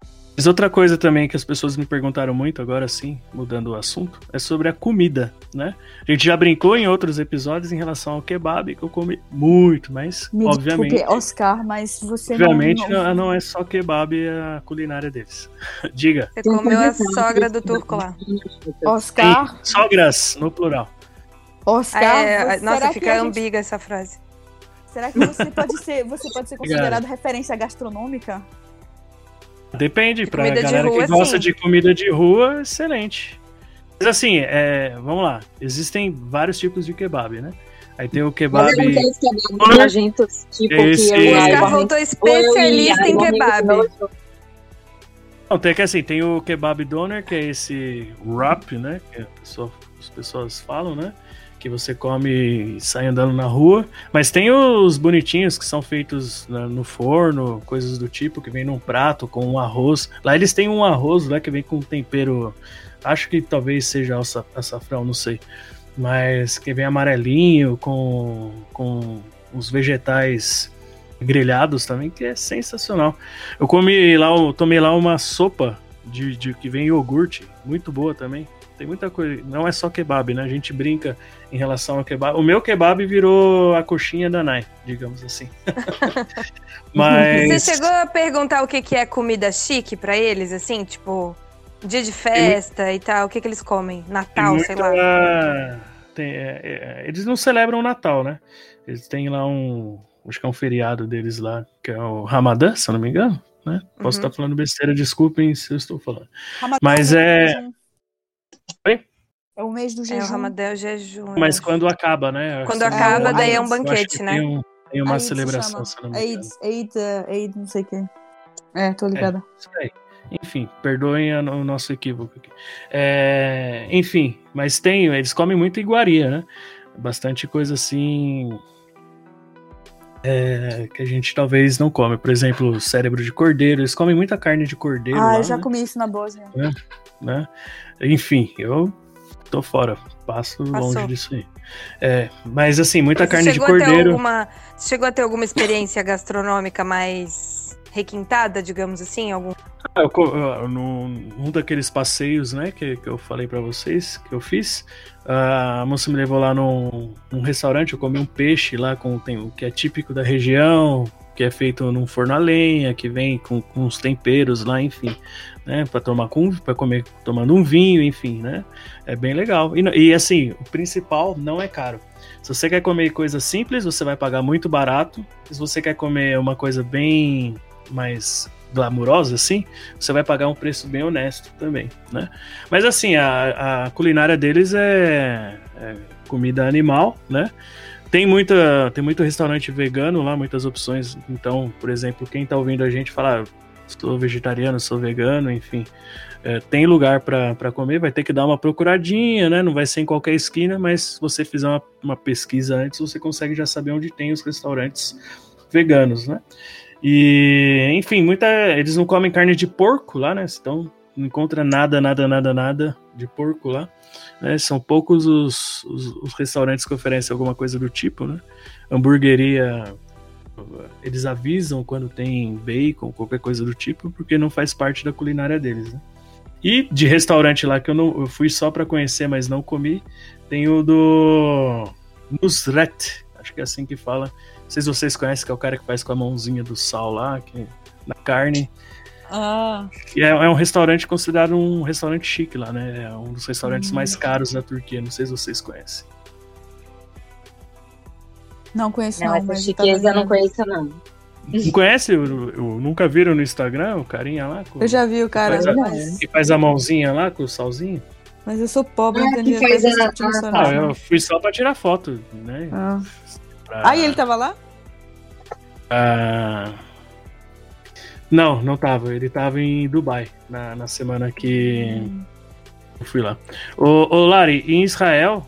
Mas outra coisa também que as pessoas me perguntaram muito, agora sim, mudando o assunto, é sobre a comida, né? A gente já brincou em outros episódios em relação ao kebab, que eu comi muito, mas obviamente... Desculpe, Oscar, mas você obviamente não é só kebab a culinária deles. Diga. Você comeu a sogra do turco lá. Oscar... Tem sogras, no plural. Oscar... Nossa, fica ambígua essa frase. Será que você pode ser considerado referência gastronômica? Depende, pra comida galera de rua, que gosta sim. de comida de rua, excelente. Mas assim, vamos lá, existem vários tipos de kebab, né? Aí tem o kebab... Mas eu não quero kebab nojentos, tipo Esse- que eu e O a Oscar Ivone- voltou especialista em kebab. Não, tem que assim, tem o kebab doner, que é esse wrap, né? Que as pessoas falam, né? Que você come e sai andando na rua. Mas tem os bonitinhos que são feitos no forno, coisas do tipo, que vem num prato com um arroz. Lá eles têm um arroz lá que vem com tempero, acho que talvez seja açafrão, não sei. Mas que vem amarelinho, com os vegetais grelhados também, que é sensacional. Eu tomei lá uma sopa de que vem iogurte, muito boa também. Tem muita coisa, não é só kebab, né? A gente brinca em relação ao kebab. O meu kebab virou a coxinha da Nai, digamos assim. Mas Você chegou a perguntar o que é comida chique pra eles, assim? Tipo, dia de festa e tal, o que eles comem? Natal, sei lá. Eles não celebram o Natal, né? Eles têm lá acho que é um feriado deles lá, que é o Ramadã, se eu não me engano, né? Posso estar falando besteira, desculpem se eu estou falando. Ramadã Mas Oi? É o mês do jejum. É o Ramadã, o jejum. Mas quando acaba, né? Quando acaba, daí é um banquete, que né? Tem uma Eid se celebração, chama. se eu não me engano. Eid, não sei o que. Tô ligada. Isso aí. Enfim, perdoem o nosso equívoco aqui. Enfim, mas eles comem muito iguaria, né? Bastante coisa assim que a gente talvez não come. Por exemplo, cérebro de cordeiro. Eles comem muita carne de cordeiro lá, Eu já né? comi isso na Bósnia. Né? Enfim, eu tô fora. Passo longe disso aí. Mas assim, muita carne de cordeiro. Você chegou a ter alguma experiência gastronômica mais requintada, digamos assim? Num daqueles passeios, né, que eu falei pra vocês, que eu fiz, a moça me levou lá num restaurante, eu comi um peixe lá que é típico da região, que é feito num forno a lenha, que vem com uns temperos lá, enfim, né, pra comer tomando um vinho, enfim, né, é bem legal. E assim, o principal não é caro. Se você quer comer coisa simples, você vai pagar muito barato. Se você quer comer uma coisa bem mais glamurosa, assim, você vai pagar um preço bem honesto também, né? Mas assim, a culinária deles é comida animal, né? Tem muito restaurante vegano lá, muitas opções. Então, por exemplo, quem tá ouvindo a gente falar, sou vegetariano, sou vegano, enfim, tem lugar para comer, vai ter que dar uma procuradinha, né? Não vai ser em qualquer esquina, mas se você fizer uma pesquisa antes, você consegue já saber onde tem os restaurantes veganos, né? E, enfim, eles não comem carne de porco lá, né? Então, não encontra nada de porco lá, né? São poucos os restaurantes que oferecem alguma coisa do tipo, né? Hamburgueria, eles avisam quando tem bacon, qualquer coisa do tipo, porque não faz parte da culinária deles, né? E de restaurante lá que eu fui só para conhecer, mas não comi, tem o do Nusret, acho que é assim que fala. Não sei se vocês conhecem, que é o cara que faz com a mãozinha do sal lá, na carne. E é um restaurante considerado um restaurante chique lá, né? É um dos restaurantes mais caros da Turquia. Não sei se vocês conhecem. Não conheço, Não, essa mas chiqueza eu não conheço, não. Não conhece? Nunca viram no Instagram o carinha lá? Eu já vi o cara, que faz a mãozinha lá com o salzinho? Mas eu sou pobre, não tenho que dinheiro faz pra esse tipo de Não, restaurante. eu fui só pra tirar foto, né? E ele tava lá? Não tava. Ele tava em Dubai, na semana que eu fui lá. Ô Lari, em Israel,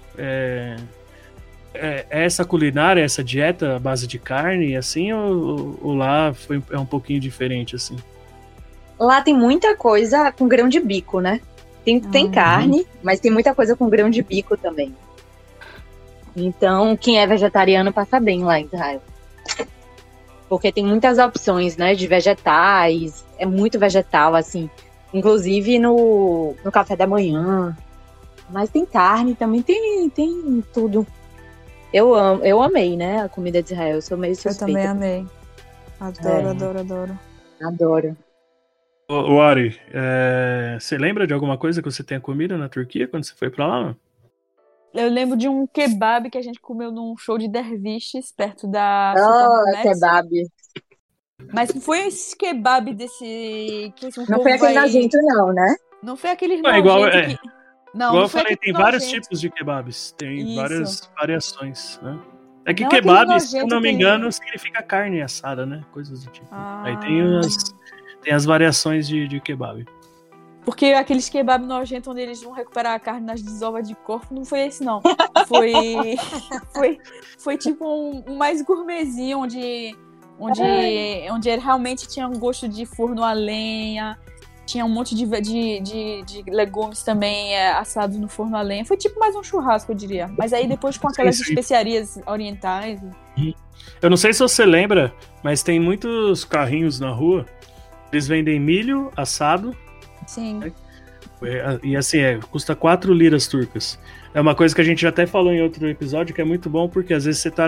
essa culinária, essa dieta à base de carne, assim, ou lá é um pouquinho diferente, assim? Lá tem muita coisa com grão de bico, né? Tem carne, mas tem muita coisa com grão de bico também. Então, quem é vegetariano passa bem lá em Israel. porque tem muitas opções, né, de vegetais, é muito vegetal, assim, inclusive no café da manhã, mas tem carne, também tem tudo. Eu amei, né, a comida de Israel, eu sou meio suspeita. Eu também amei. Adoro. Adoro. Ô, Ari, você lembra de alguma coisa que você tenha comido na Turquia quando você foi pra lá? Eu lembro de um kebab que a gente comeu num show de derviches perto da Sultanahmet. Kebab. Mas foi esse kebab desse que esse Não foi aquele nojento, não, né? Não foi aquele Igual, nojento que... Não, igual não eu foi falei, aquele tem vários nojento. tipos de kebabs. Tem Isso. várias variações, né? É que Não kebab, aquele se eu nojento não me que- engano, significa carne assada, né? Coisas do tipo. Ah. Aí tem as variações de kebab. Porque aqueles kebab nojentos onde eles vão recuperar a carne nas desovas de corpo, não foi esse, não. Foi tipo um mais gourmetzinho, onde ele realmente tinha um gosto de forno a lenha, tinha um monte de legumes também assados no forno a lenha. Foi tipo mais um churrasco, eu diria. Mas aí depois com aquelas Sim. especiarias orientais. Eu não sei se você lembra, mas tem muitos carrinhos na rua. Eles vendem milho assado. Sim. E assim, custa 4 liras turcas. É uma coisa que a gente até falou em outro episódio, que é muito bom, porque às vezes você tá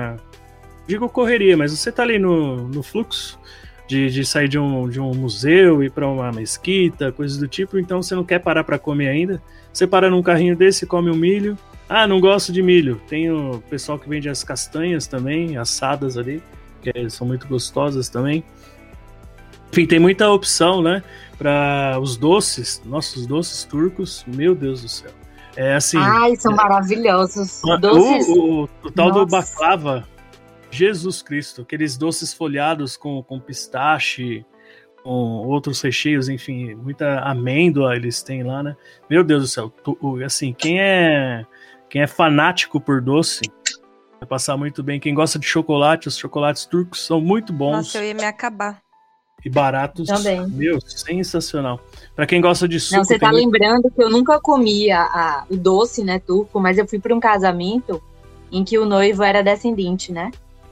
digo correria, mas você tá ali no fluxo de sair de um museu, ir pra uma mesquita, coisas do tipo, então você não quer parar pra comer ainda. Você para num carrinho desse, come um milho. Ah, não gosto de milho. Tem o pessoal que vende as castanhas também, assadas ali, que são muito gostosas também. Enfim, tem muita opção, né? Para os doces, nossos doces turcos, meu Deus do céu. É assim. Ai, são maravilhosos. Doces. O tal do Nossa. baklava, Jesus Cristo, aqueles doces folhados com pistache, com outros recheios, enfim, muita amêndoa eles têm lá, né? Meu Deus do céu. Assim, quem é fanático por doce vai passar muito bem. Quem gosta de chocolate, os chocolates turcos são muito bons. Nossa, eu ia me acabar. E baratos. Também. Meu, sensacional. Pra quem gosta de suco... Não, você tá tem muito- lembrando que eu nunca comia o doce, né, turco, mas eu fui para um casamento em que o noivo era descendente, né?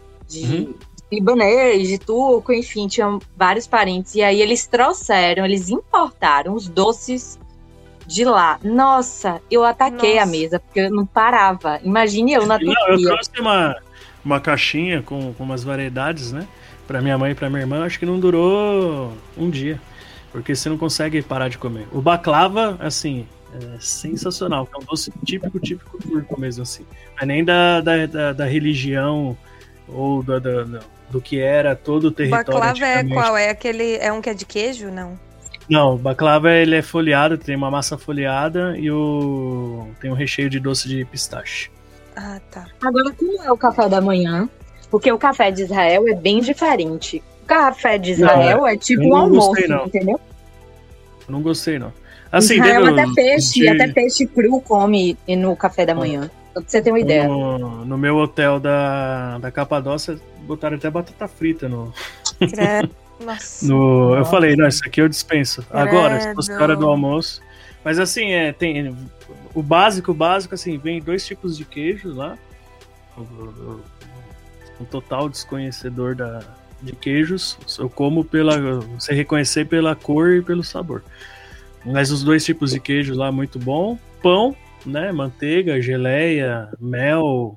De libanês, de turco, enfim, tinham vários parentes. E aí eles importaram os doces de lá. Nossa, eu ataquei a mesa, porque eu não parava. Imagine eu na Turquia. Não, eu trouxe uma caixinha com umas variedades, né? Pra minha mãe e pra minha irmã, acho que não durou um dia. Porque você não consegue parar de comer. O baklava, assim, é sensacional. É um doce típico turco mesmo, assim. Não é nem da religião ou do que era todo o território. Baklava é antigamente. qual? É aquele. É um que é de queijo? Não. Não, o baklava ele é folhado, tem uma massa folhada e tem um recheio de doce de pistache. Ah, tá. Agora, como é o café da manhã? Porque o café de Israel é bem diferente. O café de Israel é tipo eu um não almoço, gostei, não. entendeu? Eu não gostei, não. Assim, Israel deve- até peixe cru come no café da manhã. Só pra você ter uma ideia. No meu hotel da Capadócia, botaram até batata frita no. Nossa. Eu falei, não, isso aqui eu dispenso. Agora, se fosse Credo. hora do almoço. Mas assim, tem o básico, assim, vem 2 tipos de queijo lá. Um total desconhecedor de queijos. Eu como você reconhecer pela cor e pelo sabor. Mas os 2 tipos de queijo lá, muito bom. Pão, né? Manteiga, geleia, mel,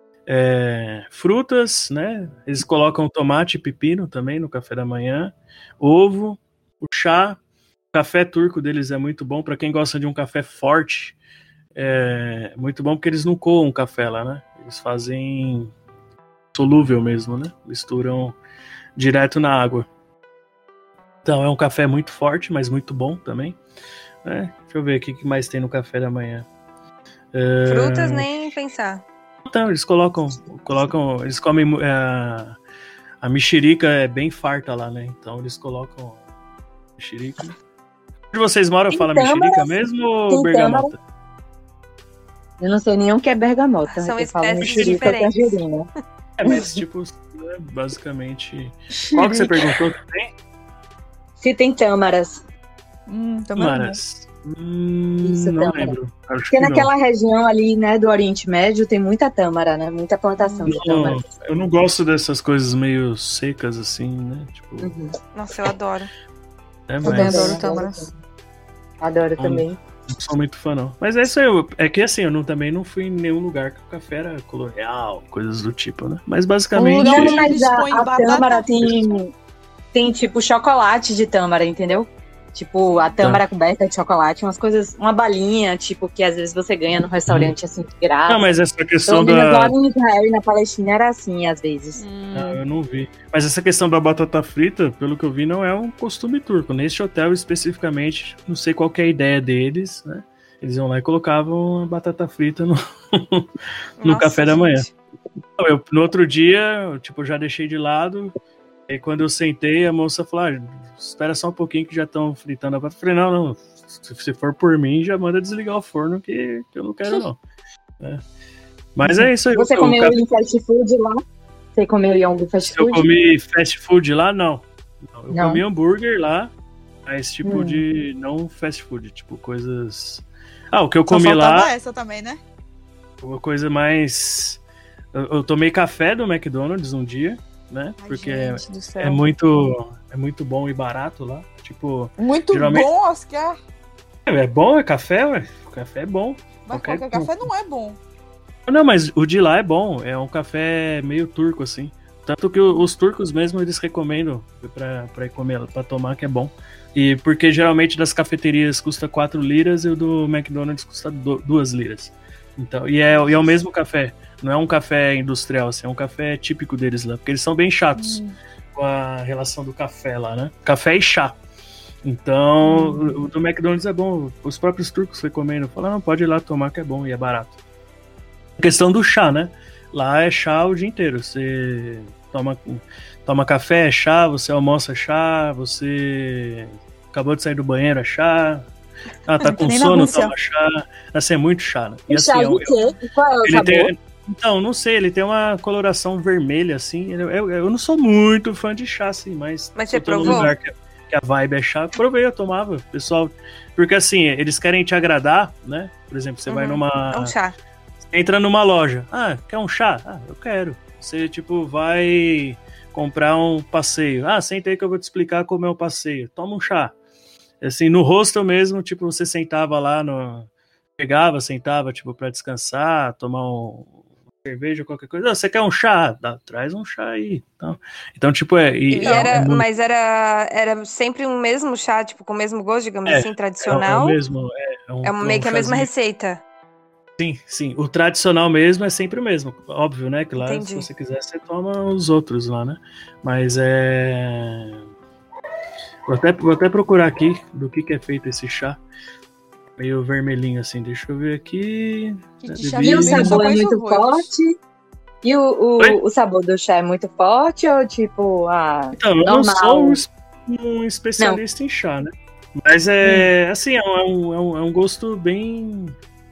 frutas, né? Eles colocam tomate e pepino também no café da manhã. Ovo, o chá. O café turco deles é muito bom. Para quem gosta de um café forte, é muito bom porque eles não coam o café lá, né? Eles fazem solúvel mesmo, né? Misturam direto na água. Então é um café muito forte, mas muito bom também. Deixa eu ver aqui o que mais tem no café da manhã. Frutas nem pensar. Então, eles eles comem a mexerica é bem farta lá, né? Então eles colocam mexerica. Onde vocês moram, fala mexerica mesmo ou bergamota? Eu não sei nem o que é bergamota. São eu falo espécies mexerica diferentes. tangerina. Mas tipo, basicamente... Qual que você perguntou que tem? Se tem tâmaras. Também. Isso, Não tâmara. lembro. Acho Porque que não. naquela região ali, né, do Oriente Médio, tem muita tâmara, né? Muita plantação de tâmara. Não, eu não gosto dessas coisas meio secas assim, né? Tipo, Uhum. Nossa, eu adoro. é Também mais. adoro tâmara. Adoro também. Não sou muito fã, não. Mas é isso aí. É que assim, também não fui em nenhum lugar que o café era colonial, coisas do tipo, né? Mas basicamente. lugar onde Mas eles põem a batata tâmara tem tipo chocolate de tâmara, entendeu? Tipo, a tâmara coberta de chocolate, umas coisas, uma balinha, tipo, que às vezes você ganha no restaurante, assim, de graça. Não, mas essa questão Pelo menos da. lá em Israel e na Palestina era assim, às vezes. Ah, eu não vi. Mas essa questão da batata frita, pelo que eu vi, não é um costume turco. Neste hotel especificamente, não sei qual que é a ideia deles, né? Eles iam lá e colocavam a batata frita no Nossa, café da manhã. gente. No outro dia, eu, tipo, já deixei de lado. Aí quando eu sentei, a moça falou: espera só um pouquinho que já estão fritando a batata. Eu falei: não. Se for por mim, já manda desligar o forno que eu não quero, não. Mas é isso aí. Você comeu em fast food lá? Você comeu em algum fast Eu food? comi fast food lá, não. Eu Não. comi hambúrguer lá, mas tipo de. Não fast food, tipo coisas. O que eu Só comi faltava lá, essa também, né? uma coisa mais. Eu tomei café do McDonald's um dia, né? Ai, Porque gente do céu. é muito bom e barato lá. Tipo, Muito geralmente- bom, Oscar. é bom, é café, ué. O café é bom. Mas Qualquer qualquer café não é bom. Não, mas o de lá é bom. É um café meio turco, assim. Tanto que os turcos mesmo, eles recomendam pra ir comer, pra tomar, que é bom. E porque geralmente das cafeterias custa 4 liras e o do McDonald's custa 2 liras. Então, e é o mesmo café. Não é um café industrial, assim, é um café típico deles lá. Porque eles são bem chatos com a relação do café lá, né? Café e chá. Então, o do McDonald's é bom. Os próprios turcos recomendam. Falam, não, pode ir lá tomar que é bom e é barato. A questão do chá, né? Lá é chá o dia inteiro. Você toma café, é chá, você almoça, chá, você acabou de sair do banheiro, é chá. Tá com Nem na sono, Rússia. toma chá. Assim, é muito chá, né? E chá de quê? Qual é o ele sabor? tem, então, não sei, ele tem uma coloração vermelha, assim. Eu não sou muito fã de chá, assim, mas Mas se eu você tô num provou? lugar que a vibe é chá, provei, eu tomava, pessoal. Porque assim, eles querem te agradar, né? Por exemplo, você vai numa. É um chá. Entra numa loja. Quer um chá? Eu quero. Você, tipo, vai comprar um passeio. Senta aí que eu vou te explicar como é o passeio. Toma um chá. Assim, no hostel mesmo, tipo, você sentava lá Pegava, sentava, tipo, pra descansar, tomar uma cerveja, qualquer coisa. Você quer um chá? Traz um chá aí. Então tipo, Mas era sempre o mesmo chá, tipo, com o mesmo gosto, digamos assim, é tradicional. o mesmo. Meio que a mesma chazinho. receita. Sim. O tradicional mesmo é sempre o mesmo. Óbvio, né? Que lá, Entendi. se você quiser, você toma os outros lá, né? Mas Vou até procurar aqui do que é feito esse chá. Meio vermelhinho assim. Deixa eu ver aqui. Que de chá E o vermelho eu só sabor é conheço muito os roios. forte? E o sabor do chá é muito forte ou tipo, Então, eu não normal? sou um especialista em chá, né? Mas assim, é um gosto bem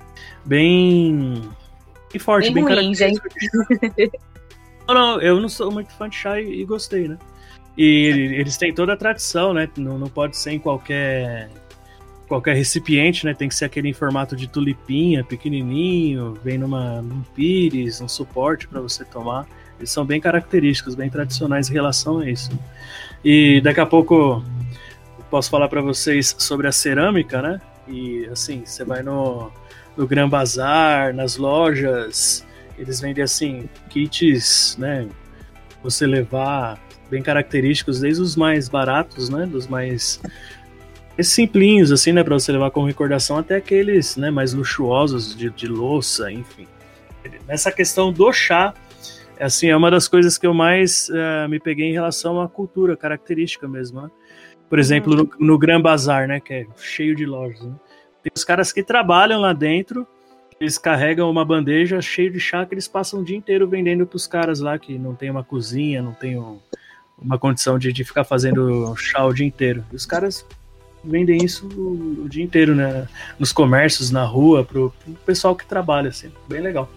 forte, bem ruim, característico de chá. Não, eu não sou muito fã de chá e gostei, né? E eles têm toda a tradição, né? Não pode ser em qualquer recipiente, né? Tem que ser aquele em formato de tulipinha, pequenininho, vem num pires, um suporte para você tomar. Eles são bem característicos, bem tradicionais em relação a isso. E daqui a pouco eu posso falar para vocês sobre a cerâmica, né? E assim, você vai no Gran Bazar, nas lojas, eles vendem assim kits, né? Você levar bem característicos, desde os mais baratos, né? Dos mais simplinhos, assim, né? Pra você levar como recordação, até aqueles, né? Mais luxuosos de louça, enfim. Nessa questão do chá, assim, é uma das coisas que eu mais me peguei em relação à cultura característica mesmo, né? Por exemplo, no Gran Bazar, né? Que é cheio de lojas, né? Tem os caras que trabalham lá dentro, eles carregam uma bandeja cheia de chá que eles passam o dia inteiro vendendo pros caras lá que não tem uma cozinha, não tem uma condição de ficar fazendo chá o dia inteiro. E os caras vendem isso o dia inteiro, né? Nos comércios, na rua, pro pessoal que trabalha, assim. Bem legal.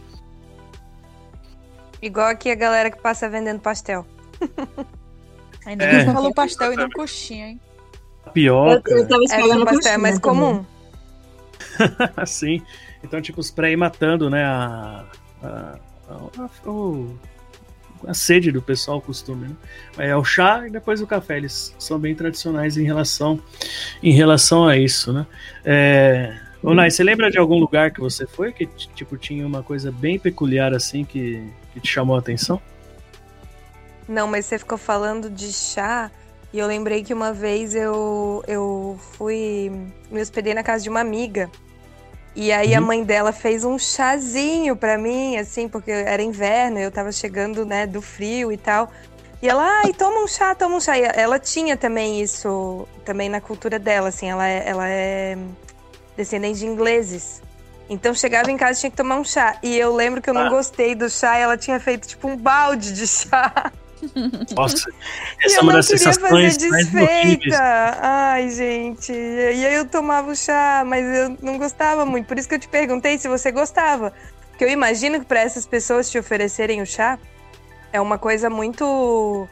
Igual aqui a galera que passa vendendo pastel. Ainda bem que falou pastel e não coxinha, hein? Tapioca. Eu tava O esperando pastel é mais coxinha também. comum. Assim. Então, tipo, pra ir matando, né, a sede do pessoal, o costume, né? É o chá e depois o café. Eles são bem tradicionais em relação a isso, né? Ô, Nai, você lembra de algum lugar que você foi que, tipo, tinha uma coisa bem peculiar, assim, que te chamou a atenção? Não, mas você ficou falando de chá e eu lembrei que uma vez eu me hospedei na casa de uma amiga e aí a mãe dela fez um chazinho pra mim, assim, porque era inverno, eu tava chegando, né, do frio e tal. E ela, ai, toma um chá. E ela tinha também isso, também na cultura dela, assim, ela é descendente de ingleses. Então chegava em casa e tinha que tomar um chá. E eu lembro que eu não gostei do chá e ela tinha feito tipo um balde de chá. Nossa, E essa é eu uma não das queria fazer sensações mais horríveis. desfeita. Ai, gente. E aí eu tomava o chá, mas eu não gostava muito. Por isso que eu te perguntei se você gostava. Porque eu imagino que para essas pessoas te oferecerem o chá, é uma coisa muito...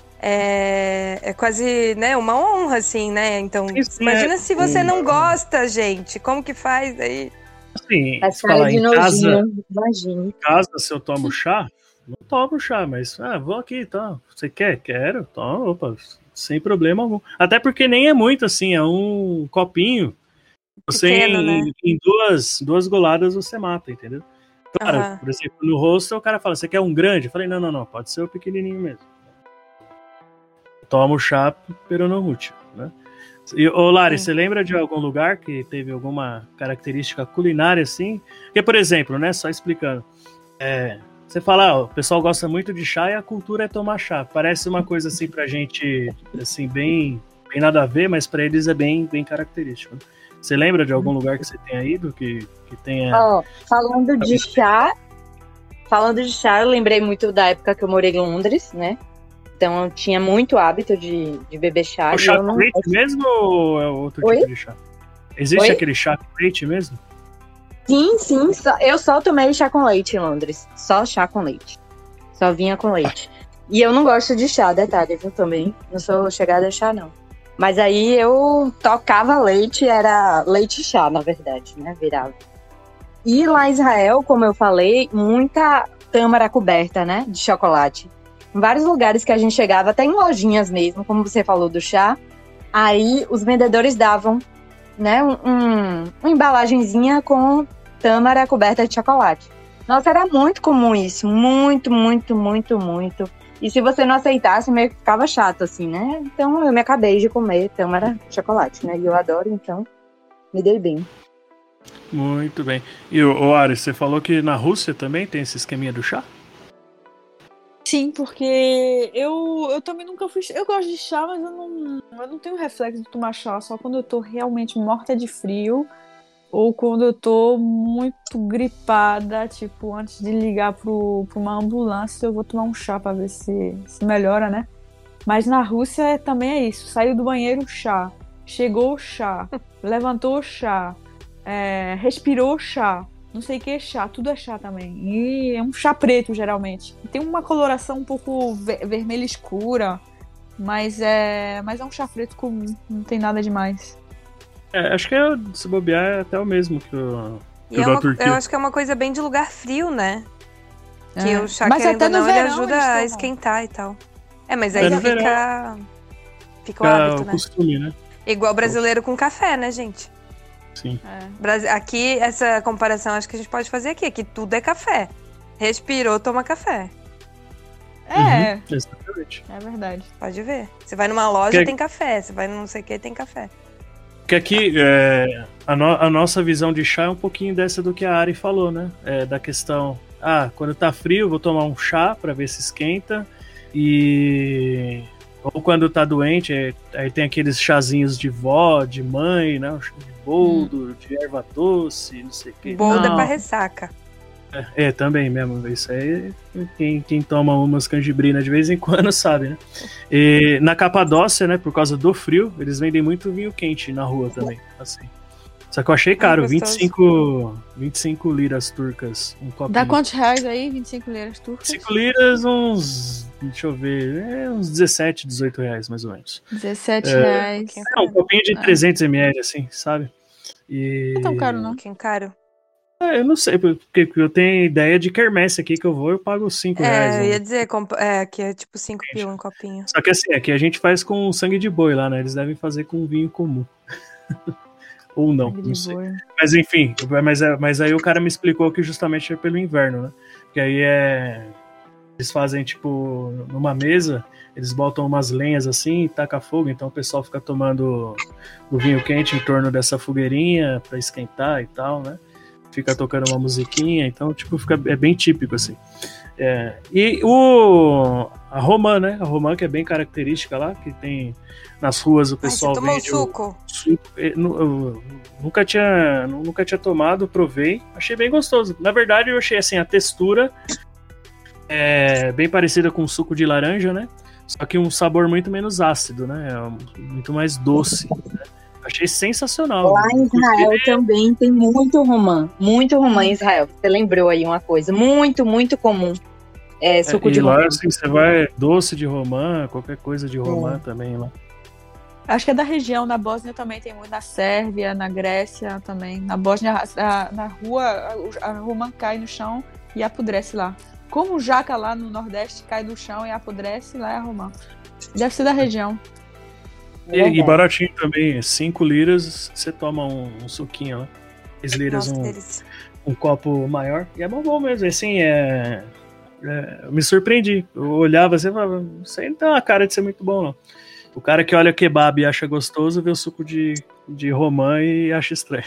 É quase, né, uma honra, assim, né? Então, Isso, imagina se você não gosta, gente. Como que faz aí? Assim, As se falar caras de em casa, nojinho, imagina. se eu tomo chá, não tomo chá, mas vou aqui, tá? Você quer? Quero, toma, opa, sem problema algum. Até porque nem é muito assim, é um copinho. Você Pequeno, né? em duas goladas você mata, entendeu? Claro, Aham. por exemplo, no rosto o cara fala, você quer um grande? Eu falei, não, pode ser o pequenininho mesmo. Toma o chá peronomútil, né? E, ô Lari, Sim. você lembra de algum lugar que teve alguma característica culinária assim? Porque, por exemplo, né, só explicando, você fala, o pessoal gosta muito de chá e a cultura é tomar chá. Parece uma coisa assim pra gente, assim, bem nada a ver, mas pra eles é bem característico. Você lembra de algum lugar que você tenha ido que tenha... Falando de chá, eu lembrei muito da época que eu morei em Londres, né? Então eu tinha muito hábito de beber chá. O chá com leite mesmo ou é outro tipo de chá? Existe aquele chá com leite mesmo? Sim. Eu só tomei chá com leite em Londres. Só chá com leite. Só vinha com leite. E eu não gosto de chá, detalhe, eu também. Não sou chegada a chá, não. Mas aí eu tocava leite, era leite e chá, na verdade, né? Virava. E lá em Israel, como eu falei, muita tâmara coberta, né? De chocolate. Em vários lugares que a gente chegava, até em lojinhas mesmo, como você falou do chá, aí os vendedores davam, né, uma embalagenzinha com tâmara coberta de chocolate. Nossa, era muito comum isso, muito. E se você não aceitasse, meio que ficava chato, assim, né? Então eu me acabei de comer tâmara de chocolate, né? E eu adoro, então me dei bem. Muito bem. E o Ari, você falou que na Rússia também tem esse esqueminha do chá? Sim, porque eu também nunca fui. Eu gosto de chá, mas eu não tenho reflexo de tomar chá só quando eu tô realmente morta de frio ou quando eu tô muito gripada, tipo, antes de ligar pra uma ambulância, eu vou tomar um chá pra ver se melhora, né? Mas na Rússia também é isso. Saiu do banheiro, chá. Chegou, chá. Levantou, chá. Respirou, chá. Não sei o que é chá, tudo é chá também. E é um chá preto, geralmente. Tem uma coloração um pouco vermelha escura, mas é um chá preto comum, não tem nada demais. Acho que se bobear é até o mesmo que o Dr. Eu acho que é uma coisa bem de lugar frio, né? Que o chá, mas querendo até ou não, no ele verão ajuda eles a tomam. esquentar e tal. Mas aí fica o hábito, o né? costume, né? Igual brasileiro com café, né, gente? Sim. Aqui, essa comparação acho que a gente pode fazer aqui. Aqui tudo é café. Respirou, toma café. Exatamente. É verdade. Pode ver. Você vai numa loja, tem café. Você vai no não sei o que, tem café. Porque aqui, a nossa visão de chá é um pouquinho dessa do que a Ari falou, né? Da questão, quando tá frio, vou tomar um chá pra ver se esquenta. Ou quando tá doente, aí tem aqueles chazinhos de vó, de mãe, né? Um chá de boldo, de erva doce, não sei o que. Boldo é pra ressaca. Também mesmo. Isso aí, quem toma umas canjibrinas de vez em quando sabe, né? E na Capadócia, né, por causa do frio, eles vendem muito vinho quente na rua também, assim. Só que eu achei caro, 25 liras turcas, um copinho. Dá quantos reais aí? 25 liras turcas? 5 liras, deixa eu ver, uns 17, 18 reais, mais ou menos. 17 reais. Um copinho de 300 ml, assim, sabe? E... Não é tão caro, não. Que caro. Eu não sei, porque eu tenho ideia de quermesse aqui que eu pago R$5. Eu ia dizer, que é tipo 5 pila um copinho. Só que assim, aqui a gente faz com sangue de boi lá, né? Eles devem fazer com vinho comum. Ou não, não sei. Mas enfim, mas aí o cara me explicou que justamente é pelo inverno, né? Que aí eles fazem, tipo, numa mesa, eles botam umas lenhas assim e taca fogo, então o pessoal fica tomando o vinho quente em torno dessa fogueirinha pra esquentar e tal, né? Fica tocando uma musiquinha, então, tipo, é bem típico, assim. E a romã, né? A romã que é bem característica lá, que tem nas ruas o pessoal você tomou vende suco? Eu nunca tinha tomado, provei, achei bem gostoso. Na verdade, eu achei assim, a textura bem parecida com o suco de laranja, né? Só que um sabor muito menos ácido, né? Muito mais doce, né? Achei sensacional. Lá em Israel também tem muito romã em Israel. Você lembrou aí uma coisa muito, muito comum. Suco de romã. E lá, assim, você vai doce de romã, qualquer coisa de romã também lá. Acho que é da região, na Bósnia também tem muito, na Sérvia, na Grécia também. Na Bósnia, na rua, a romã cai no chão e apodrece lá. Como o jaca lá no Nordeste cai no chão e apodrece, lá é a romã. Deve ser da região. E baratinho também, 5 liras, você toma um suquinho lá. 6 liras, um copo maior. E é bom mesmo, assim, eu me surpreendi. Eu olhava assim e falava, isso aí não tem uma cara de ser muito bom, não. O cara que olha kebab e acha gostoso, vê o suco de romã e acha estranho.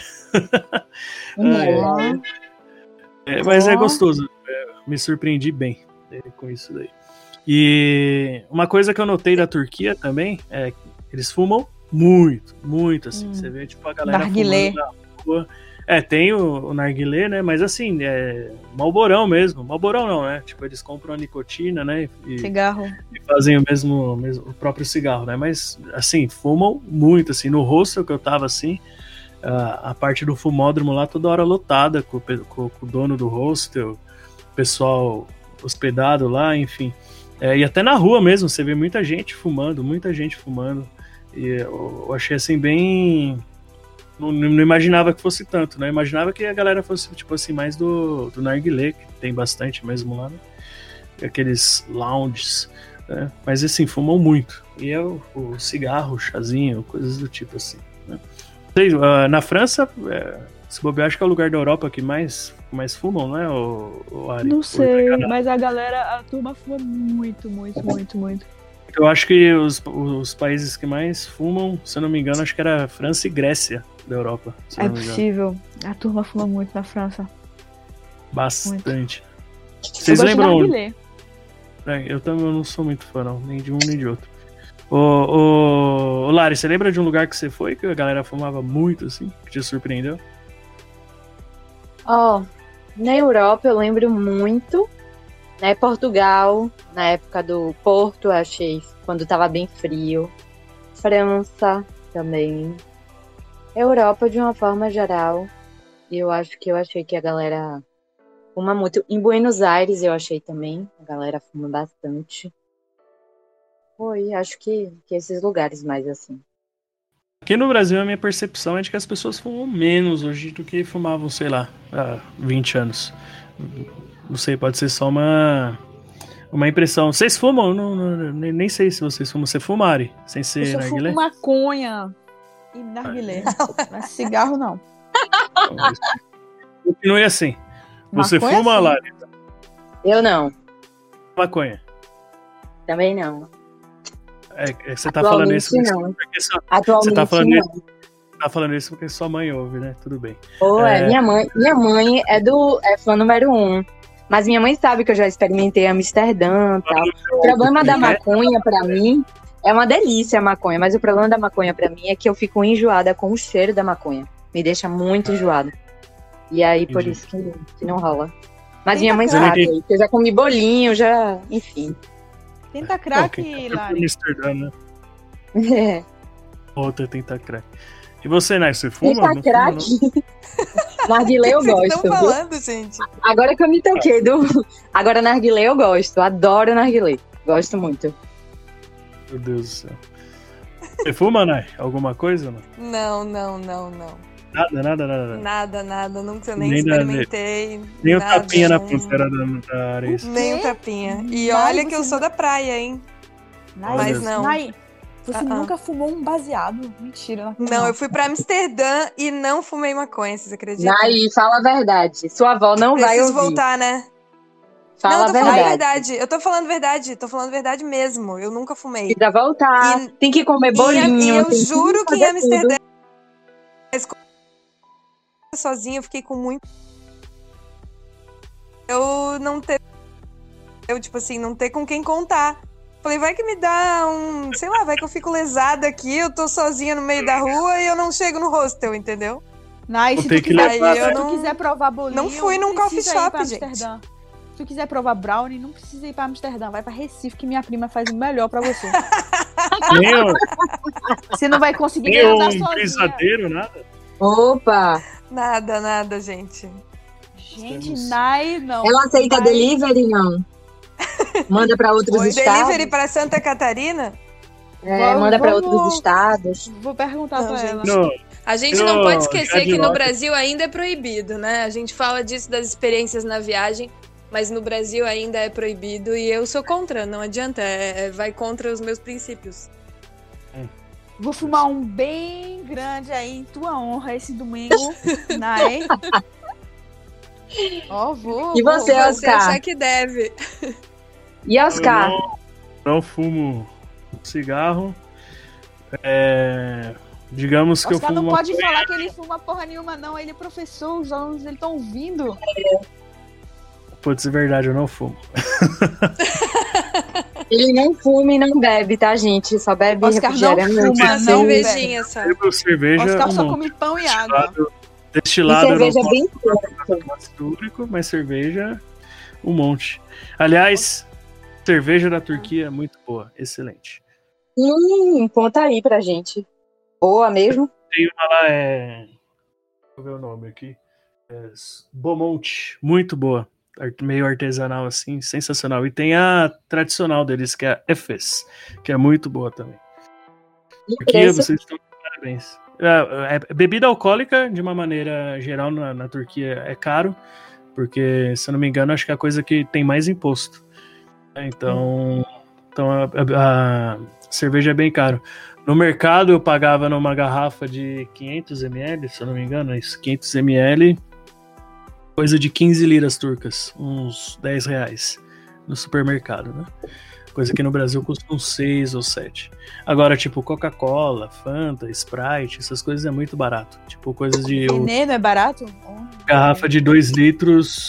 Mas é gostoso. Me surpreendi bem com isso daí. E uma coisa que eu notei da Turquia também é que eles fumam muito, assim. Você vê, tipo, a galera narguilé fumando na rua. Tem o narguilé, né? Mas assim, Marlborão mesmo. Marlborão não, né? Tipo, eles compram a nicotina, né? Cigarro. E fazem o próprio cigarro, né? Mas, assim, fumam muito, assim. No hostel que eu tava, assim, a parte do fumódromo lá toda hora lotada com o dono do hostel, pessoal hospedado lá, enfim. E até na rua mesmo, você vê muita gente fumando. E eu achei, assim, bem... Não imaginava que fosse tanto, né? Imaginava que a galera fosse, tipo assim, mais do narguilé, que tem bastante mesmo lá, né? Aqueles lounges, né? Mas, assim, fumam muito. E é o cigarro, o chazinho, coisas do tipo assim, né? Na França, se bobear, acho que é o lugar da Europa que mais fumam, né, o Ari? Não sei, mas a turma fuma muito. Eu acho que os países que mais fumam, se eu não me engano, acho que era França e Grécia da Europa. É possível. A turma fuma muito na França. Bastante. Muito. Vocês lembram? Eu também não sou muito fã, não, nem de um nem de outro. Ô Lari, você lembra de um lugar que você foi que a galera fumava muito, assim, que te surpreendeu? Na Europa eu lembro muito, né? Portugal, na época do Porto, eu achei, quando tava bem frio. França também. Europa, de uma forma geral, eu achei que a galera fuma muito. Em Buenos Aires eu achei também, a galera fuma bastante. Acho que esses lugares mais assim. Aqui no Brasil, a minha percepção é de que as pessoas fumam menos hoje do que fumavam, sei lá, há 20 anos. Não sei, pode ser só uma impressão. Vocês fumam? Nem sei se vocês fumam. Você fuma, Ari? Sem ser narguilé? Eu fumo maconha e narguilé. Mas cigarro, não. Continue assim. Você Maconha, fuma, sim. Lari? Eu não. Maconha? Também não. Você tá falando isso não. porque Atualmente você tá falando não. isso. Tá falando isso porque sua mãe ouve, né? Tudo bem. Minha mãe é fã número 1. Mas minha mãe sabe que eu já experimentei Amsterdã e tal. O problema da maconha, pra mim, é uma delícia a maconha. Mas o problema da maconha, pra mim, é que eu fico enjoada com o cheiro da maconha. Me deixa muito enjoada. E aí, por isso que não rola. Mas minha mãe sabe, que eu já comi bolinho, enfim. Tenta crack, Lari. Amsterdã, né? Outra tenta crack. E você, Nai, você fuma? Tenta crack? Narguilé eu gosto. Vocês estão falando, gente? Agora que eu me toquei Agora narguilé eu gosto. Adoro narguilé. Gosto muito. Meu Deus do céu. Você fuma, Nai? Alguma coisa? Não. Nada. Nada, nunca nem Nem experimentei. Nem o nada, tapinha na não- fronteira da areia. Nem o tapinha. E Nai, olha que eu você sou da praia, hein? Nai, Mas Olha, não. Nai, você Ah, ah. nunca fumou um baseado? Mentira. Não, eu fui pra Amsterdã e não fumei maconha, vocês acreditam? Naí, fala a verdade. Sua avó não vai Preciso ouvir. voltar, né? Fala não, a eu tô falando verdade. verdade. Eu tô falando verdade mesmo. Eu nunca fumei. Precisa voltar. E- Tem que comer E bolinho. eu tem juro que em fazer Amsterdã, tudo. sozinha, eu fiquei com muito. Eu não ter. Eu, tipo assim, não ter com quem contar. Falei, vai que me dá um. Sei lá, vai que eu fico lesada aqui, eu tô sozinha no meio da rua e eu não chego no hostel, entendeu? Nai, Vou se ter tu que quiser, levar, se né? tu quiser provar bolinho, Não fui num coffee precisa ir shop, pra gente. Amsterdã. Se tu quiser provar brownie, não precisa ir pra Amsterdã. Vai pra Recife, que minha prima faz o melhor pra você. Você não vai conseguir Nem nem andar um sozinha. brisadeiro, nada. Opa! Nada, gente. Gente, Temos- Nai, não. Ela aceita Nai- delivery, não? Manda pra outros Oi, estados? delivery pra Santa Catarina? Manda pra Vamos- outros estados. Vou perguntar Não, pra gente. ela. Não, A gente Eu não pode já esquecer de que no volta. Brasil ainda é proibido, né? A gente fala disso das experiências na viagem, mas no Brasil ainda é proibido e eu sou contra, não adianta, vai contra os meus princípios. Vou fumar um bem grande aí em tua honra esse domingo, Nai. Ó, vou. E você, vou. Você Oscar? achar que deve. E Oscar? eu não fumo cigarro. Digamos que Oscar eu fumo não uma pode falar que ele fuma porra nenhuma, não. Ele é professor, os alunos dele estão ouvindo. Putz, é verdade, eu não fumo. Ele não fuma e não bebe, tá, gente? Só bebe Oscar não refrigerante. fuma, Uma não cervejinha só. Bebo cerveja, Oscar só um come pão e água. destilado E eu não cerveja posso bem tomar por ácido úrico, mas cerveja, um monte. Aliás, cerveja da Turquia é muito boa, excelente. Conta aí pra gente. Boa mesmo? Tem uma lá, deixa eu ver o nome aqui. Beaumont, muito boa. Meio artesanal assim, sensacional. E tem a tradicional deles, que é a Efes, que é muito boa também. E Aqui preço? vocês estão de parabéns. Bebida alcoólica, de uma maneira geral, na Turquia é caro, porque, se eu não me engano, acho que é a coisa que tem mais imposto. Então a cerveja é bem caro. No mercado eu pagava numa garrafa de 500 ml, se eu não me engano, isso, 500 ml, coisa de 15 liras turcas, uns 10 reais no supermercado, né? Coisa que no Brasil custa uns 6 ou 7. Agora, tipo, Coca-Cola, Fanta, Sprite, essas coisas é muito barato. Tipo, coisas de... Veneno é barato? Garrafa de 2 litros,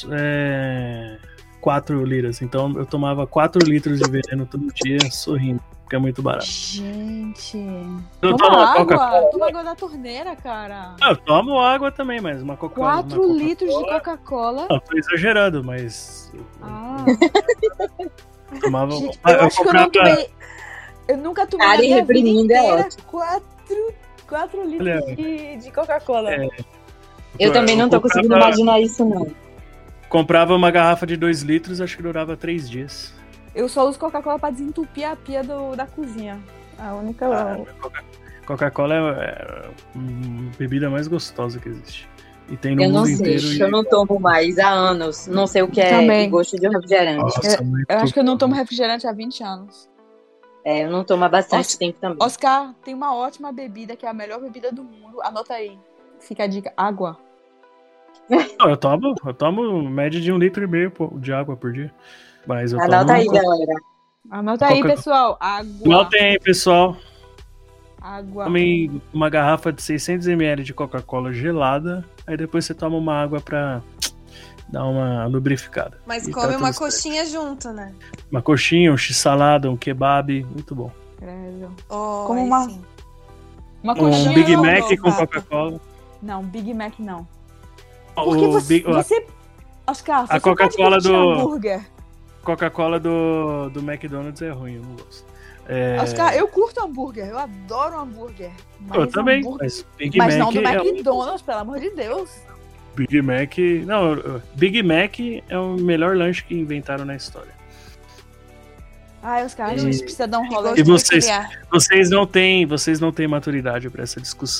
4 liras. Então eu tomava 4 litros de veneno todo dia, sorrindo, porque é muito barato. Gente. Eu Toma tomo água. Coca-Cola. Toma água da torneira, cara. Eu tomo água também, mas uma Coca-Cola. 4 litros de Coca-Cola. Não, tô exagerando, mas. Ah, Eu tomava. gente, eu acho que eu não tomei. Eu nunca tomei na Karen minha vida reprimindo é inteira ótimo. 4 litros Olha, de Coca-Cola. Eu também não tô conseguindo imaginar isso, não. Comprava uma garrafa de 2 litros, acho que durava 3 dias. Eu só uso Coca-Cola pra desentupir a pia da cozinha. A única. Coca-Cola é a bebida mais gostosa que existe. E tem no Eu mundo não sei, inteiro. eu não tomo mais há anos. Não sei o que é Também. o gosto de um refrigerante. Nossa, muito Eu acho que eu não bom. tomo refrigerante há 20 anos. Eu não tomo há bastante Oscar- tempo também. Oscar, tem uma ótima bebida que é a melhor bebida do mundo. Anota aí. Fica a dica. Água. Não, eu tomo média de 1,5 litro de água por dia. Mas eu Anota aí, tomo. galera. Anota aí, Coca- pessoal. Água. Anotem aí, pessoal. Água. Tomem uma garrafa de 600 ml de Coca-Cola gelada, aí depois você toma uma água pra dar uma lubrificada. Mas E come tá uma tudo certo. coxinha junto, né? Uma coxinha, um x-salada, um kebab, muito bom. Credo. Oh, Como aí uma- sim. Uma Um coxinha. Big não, Mac não, com tá. Coca-Cola. Não, Big Mac não. Porque O você. Big- Oscar, a você Coca-Cola pode curtir do- hambúrguer. Coca-Cola do McDonald's é ruim, eu não gosto. Oscar, eu curto hambúrguer. Eu adoro hambúrguer. Mas Eu também, hambúrguer- mas Big Mas Mac não do é McDonald's, pelo amor de Deus. Big Mac. Não, Big Mac é o melhor lanche que inventaram na história. Ai, Oscar, a E- gente precisa dar um Que rolê. gosto E vocês? peculiar. Vocês não têm maturidade pra essa discussão.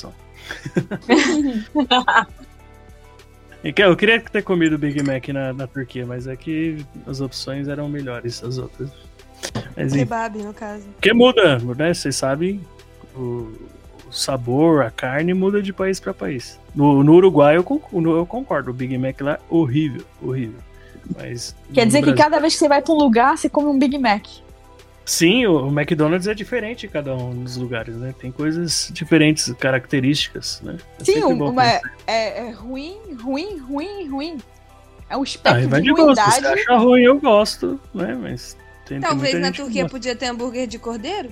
Eu queria ter comido Big Mac na Turquia, mas é que as opções eram melhores, as outras. Mas, Kebab, no caso. porque muda, né? Vocês sabem, o sabor, a carne muda de país para país. No Uruguai eu concordo, o Big Mac lá é horrível. Mas Quer dizer no que Brasil- cada vez que você vai pra um lugar, você come um Big Mac. Sim, o McDonald's é diferente em cada um dos lugares, né? Tem coisas diferentes, características, né? É Sim, sempre bom conhecer. é ruim. É um Ah, espectro vai de de gosto. Se ruindade. você acha ruim, eu gosto, né? Mas tem Talvez muita na gente que Turquia gosta. podia ter hambúrguer de cordeiro?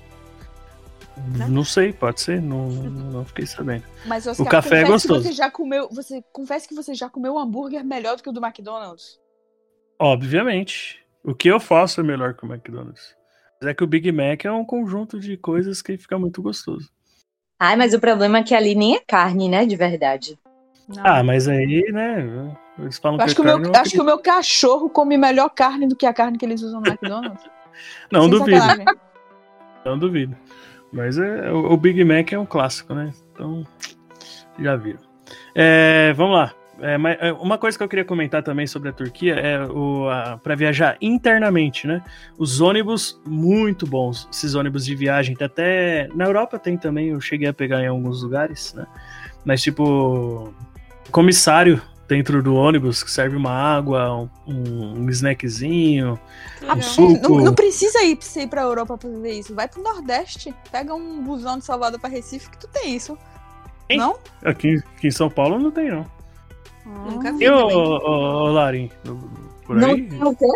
Não sei, pode ser, não fiquei sabendo. Mas, Oscar, O café é confesse que gostoso. confesse que você já comeu um hambúrguer melhor do que o do McDonald's. Obviamente. O que eu faço é melhor que o McDonald's. Mas é que o Big Mac é um conjunto de coisas que fica muito gostoso. Ai, mas o problema é que ali nem é carne, né, de verdade. Não. Ah, mas aí, né? Eles falam Eu acho que que, é o carne, meu, eu acho que o meu cachorro come melhor carne do que a carne que eles usam no McDonald's. não Sem duvido, sacanagem. não duvido. Mas o Big Mac é um clássico, né? Então, já viram. Vamos lá. Uma coisa que eu queria comentar também sobre a Turquia é para viajar internamente, né? Os ônibus muito bons, esses ônibus de viagem, que até na Europa tem também, eu cheguei a pegar em alguns lugares, né? Mas tipo, comissário dentro do ônibus que serve uma água, um snackzinho, Legal. suco. Não precisa ir pra Europa pra fazer isso. Vai pro Nordeste. Pega um busão de Salvador pra Recife que tu tem isso. Tem? Não? Aqui em São Paulo não tem, não. Nunca vi E também. ô, Larin, por Não aí? tem o quê?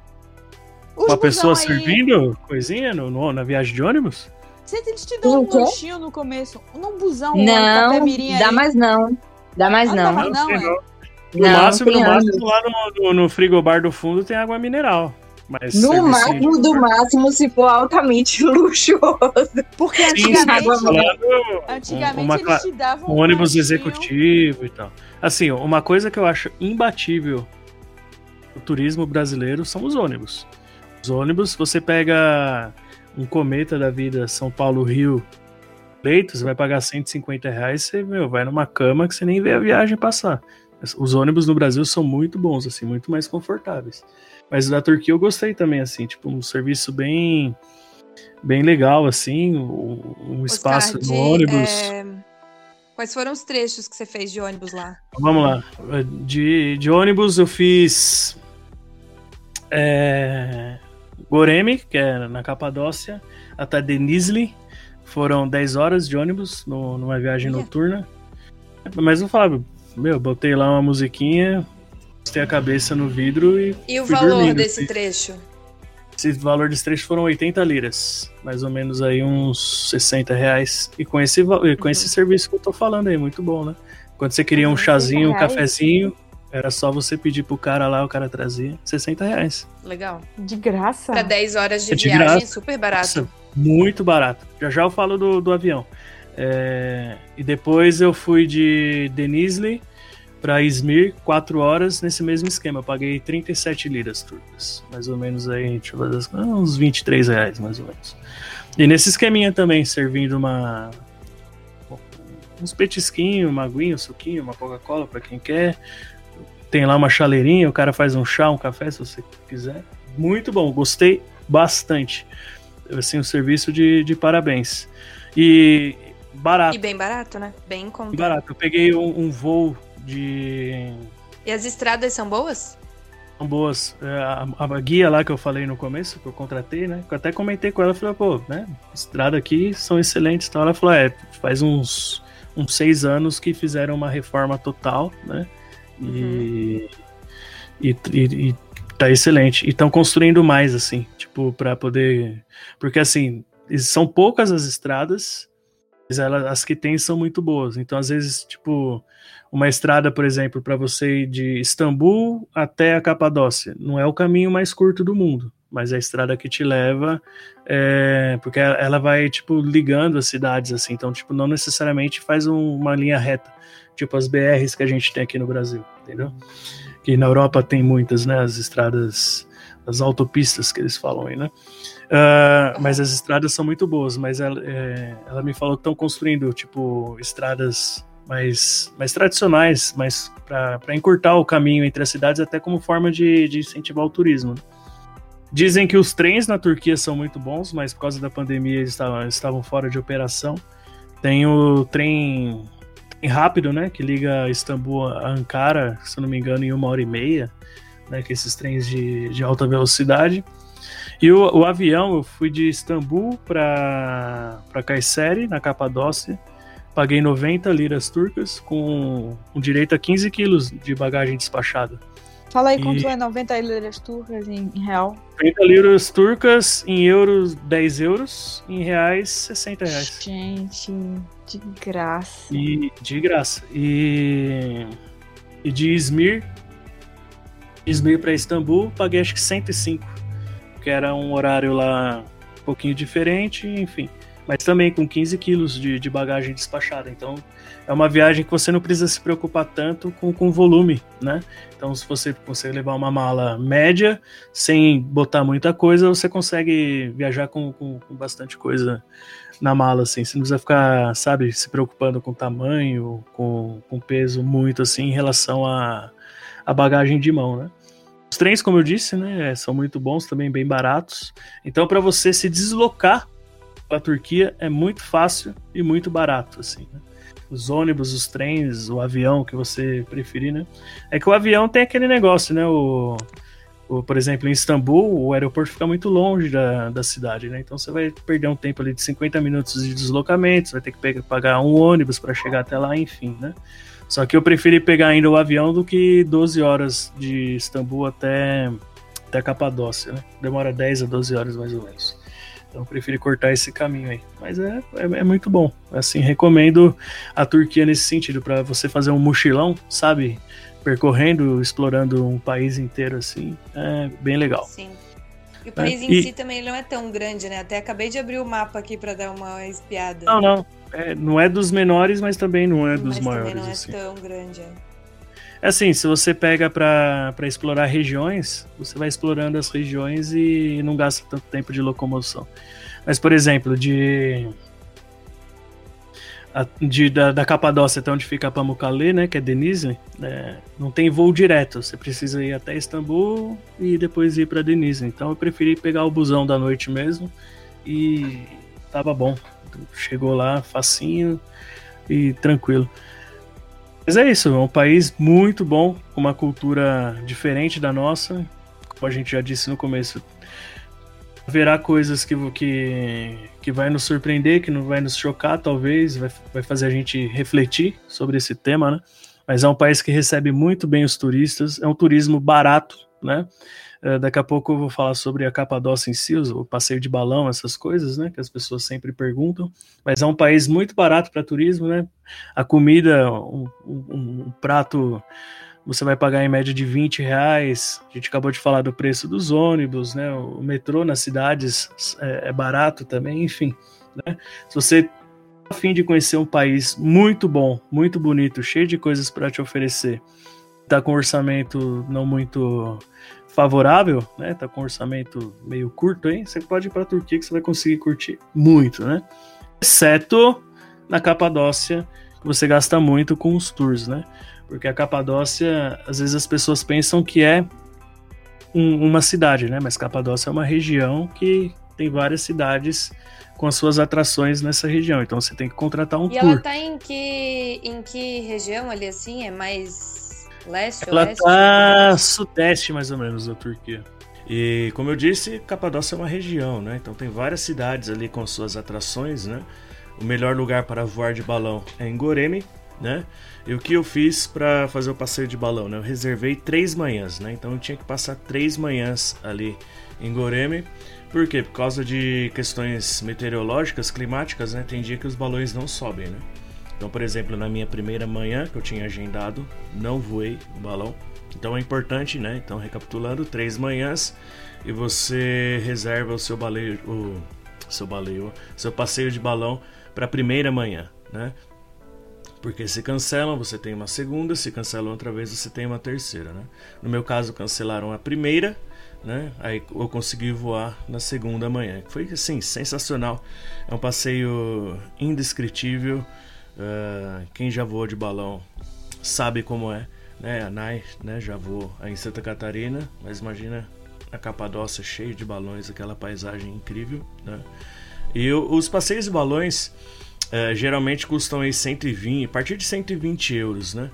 Os Uma pessoa busão aí, servindo coisinha na viagem de ônibus? Eles te dão Tem um o quê? lanchinho no começo. Num busão, Não, café mirim dá aí. mais não. Dá mais Ah, não. dá mais não, sei é? não. No Não, máximo, tem anos. lá no frigobar do fundo tem água mineral. Mas No servicinho máximo do máximo, se for altamente luxuoso. Porque Sim, antigamente, falando eles te davam um ônibus lanchinho. executivo e tal. Assim, uma coisa que eu acho imbatível no turismo brasileiro são os ônibus. Os ônibus, você pega um cometa da vida São Paulo-Rio Leito, você vai pagar R$150, você vai numa cama que você nem vê a viagem passar. Os ônibus no Brasil são muito bons, assim, muito mais confortáveis. Mas da Turquia eu gostei também, assim, tipo, um serviço bem legal, assim, um Oscar, espaço no ônibus. Quais foram os trechos que você fez de ônibus lá? Vamos lá. De ônibus eu fiz Goreme, que é na Capadócia, até Denizli. Foram 10 horas de ônibus numa viagem Olha. noturna. Mas eu falava, botei lá uma musiquinha, botei a cabeça no vidro e E o fui valor dormindo, desse assim. trecho? Esse valor desse trecho foram 80 liras, mais ou menos aí uns R$60. E com esse serviço que eu tô falando aí, muito bom, né? Quando você queria um chazinho, um R$60. cafezinho, era só você pedir pro cara lá, o cara trazia R$60. Legal. De graça. Pra 10 horas de É de viagem, graça. super barato. Nossa, muito barato. Já eu falo do avião. E depois eu fui de Denizli para Izmir, 4 horas, nesse mesmo esquema. Eu paguei 37 liras turcas. Mais ou menos aí, deixa eu fazer uns R$23, mais ou menos. E nesse esqueminha também, servindo uns petisquinhos, uma aguinha, um suquinho, uma Coca-Cola para quem quer. Tem lá uma chaleirinha, o cara faz um chá, um café, se você quiser. Muito bom, gostei bastante. Assim, um serviço de parabéns. E barato. E bem barato, né? Bem em conta. Barato. Eu peguei um voo de... E as estradas são boas? São boas. A guia lá que eu falei no começo, que eu contratei, né? Que eu até comentei com ela, falei, pô, né? Estrada aqui são excelentes. Então ela falou, faz uns 6 anos que fizeram uma reforma total, né? E tá excelente. E estão construindo mais, assim, tipo, pra poder... Porque, assim, são poucas as estradas, mas as que tem são muito boas. Então, às vezes, tipo, uma estrada, por exemplo, para você ir de Istambul até a Capadócia, não é o caminho mais curto do mundo, mas é a estrada que te leva, porque ela vai, tipo, ligando as cidades, assim. Então, tipo, não necessariamente faz uma linha reta, tipo as BRs que a gente tem aqui no Brasil, entendeu? Que na Europa tem muitas, né, as estradas as autopistas que eles falam aí, né? Mas as estradas são muito boas, mas ela me falou que estão construindo, tipo, estradas mais tradicionais, mas para encurtar o caminho entre as cidades, até como forma de incentivar o turismo, né? Dizem que os trens na Turquia são muito bons, mas por causa da pandemia eles estavam fora de operação. Tem o trem rápido, né, que liga Istambul a Ankara, se eu não me engano, em 1h30, né, que esses trens de alta velocidade. E o avião, eu fui de Istambul para Kayseri, na Capadócia, paguei 90 liras turcas, com direito a 15 quilos de bagagem despachada. Fala aí quanto é 90 liras turcas em real. 30 liras turcas, em euros, 10 euros, em reais, 60 reais. Gente, de graça. De graça. E de Izmir para Istambul, paguei acho que 105, que era um horário lá um pouquinho diferente, enfim. Mas também com 15 quilos de bagagem despachada. Então, é uma viagem que você não precisa se preocupar tanto com volume, né? Então, se você levar uma mala média, sem botar muita coisa, você consegue viajar com bastante coisa na mala, assim. Você não precisa ficar, sabe, se preocupando com tamanho, com peso muito, assim, em relação à bagagem de mão, né? Os trens, como eu disse, né, são muito bons, também bem baratos. Então, para você se deslocar para a Turquia é muito fácil e muito barato, assim, né? Os ônibus, os trens, o avião que você preferir, né? É que o avião tem aquele negócio, né? Por exemplo, em Istambul, o aeroporto fica muito longe da cidade, né? Então você vai perder um tempo ali de 50 minutos de deslocamento, você vai ter que pagar um ônibus para chegar até lá, enfim, né? Só que eu preferi pegar ainda o avião do que 12 horas de Istambul até Capadócia, né? Demora 10 a 12 horas mais ou menos. Então eu prefiro cortar esse caminho aí. Mas é muito bom. Assim, recomendo a Turquia nesse sentido, para você fazer um mochilão, sabe? Percorrendo, explorando um país inteiro, assim. É bem legal. Sim. E o país em si também não é tão grande, né? Até acabei de abrir o mapa aqui para dar uma espiada. Não. Não é dos menores, mas também não é dos maiores. Também não é assim. tão grande. É assim, se você pega para explorar regiões, você vai explorando as regiões e não gasta tanto tempo de locomoção. Mas, por exemplo, da Capadócia até onde fica Pamukkale, né, que é Denizli, não tem voo direto. Você precisa ir até Istambul e depois ir para Denizli. Então eu preferi pegar o busão da noite mesmo e tava bom. Chegou lá facinho e tranquilo. Mas é isso, é um país muito bom, com uma cultura diferente da nossa. Como a gente já disse no começo, haverá coisas que vai nos surpreender, que não vai nos chocar, talvez, vai fazer a gente refletir sobre esse tema, né? Mas é um país que recebe muito bem os turistas, é um turismo barato, né? Daqui a pouco eu vou falar sobre a Capadócia em si, o passeio de balão, essas coisas, né, que as pessoas sempre perguntam, mas é um país muito barato para turismo, né? A comida, um prato, você vai pagar em média de 20 reais, a gente acabou de falar do preço dos ônibus, né? O metrô nas cidades é barato também, enfim, né? Se você está a fim de conhecer um país muito bom, muito bonito, cheio de coisas para te oferecer, está com um orçamento não muito favorável, né? Tá com um orçamento meio curto aí, você pode ir para a Turquia que você vai conseguir curtir muito, né? Exceto na Capadócia, que você gasta muito com os tours, né? Porque a Capadócia, às vezes as pessoas pensam que é uma cidade, né? Mas Capadócia é uma região que tem várias cidades com as suas atrações nessa região, então você tem que contratar um tour. E ela tá em que região ali, assim? É mais leste, ela oeste? Tá sudeste, mais ou menos, da Turquia. E, como eu disse, Capadócia é uma região, né? Então tem várias cidades ali com suas atrações, né? O melhor lugar para voar de balão é em Göreme, né? E o que eu fiz para fazer o passeio de balão, né? Eu reservei 3 manhãs, né? Então eu tinha que passar 3 manhãs ali em Göreme. Por quê? Por causa de questões meteorológicas, climáticas, né? Tem dia que os balões não sobem, né? Então, por exemplo, na minha primeira manhã, que eu tinha agendado, não voei o balão. Então é importante, né? Então, recapitulando, 3 manhãs e você reserva o seu passeio de balão para a primeira manhã, né? Porque se cancelam, você tem uma segunda, se cancelam outra vez, você tem uma terceira, né? No meu caso, cancelaram a primeira, né? Aí eu consegui voar na segunda manhã. Foi assim, sensacional. É um passeio indescritível. Quem já voou de balão sabe como é, né? A Nai, né, já voou aí em Santa Catarina, mas imagina a Capadócia cheia de balões, aquela paisagem incrível, né? E os passeios de balões geralmente custam aí 120, a partir de 120 euros, né?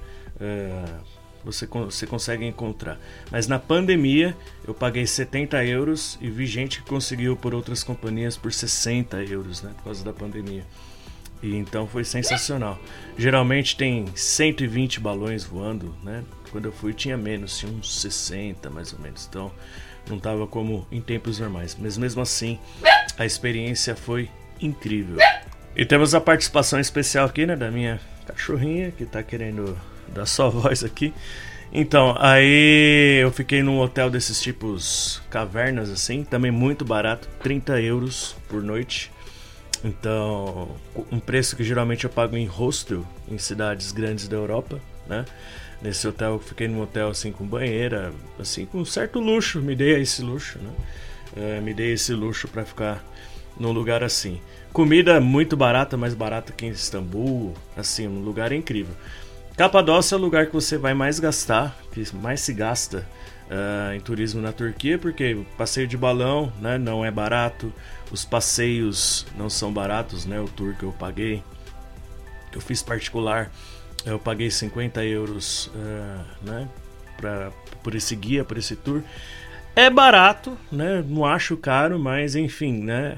Você consegue encontrar. Mas na pandemia eu paguei 70 euros e vi gente que conseguiu por outras companhias por 60 euros, né? Por causa da pandemia. E então foi sensacional. Geralmente tem 120 balões voando, né? Quando eu fui tinha menos, tinha uns 60 mais ou menos. Então não estava como em tempos normais. Mas mesmo assim a experiência foi incrível. E temos a participação especial aqui, né? Da minha cachorrinha que tá querendo dar sua voz aqui. Então, aí eu fiquei num hotel desses tipos cavernas assim, também muito barato, 30 euros por noite. Então, um preço que geralmente eu pago em hostel, em cidades grandes da Europa, né? Nesse hotel, eu fiquei num hotel assim com banheira, assim com certo luxo, me dei esse luxo, né? Me dei esse luxo para ficar num lugar assim. Comida muito barata, mais barata que em Istambul, assim, um lugar incrível. Capadócia é o lugar que você vai mais gastar, que mais se gasta em turismo na Turquia, porque o passeio de balão, né, não é barato, os passeios não são baratos, né, o tour que eu paguei, que eu fiz particular, eu paguei 50 euros né, por esse guia, por esse tour. É barato, né, não acho caro, mas enfim, né,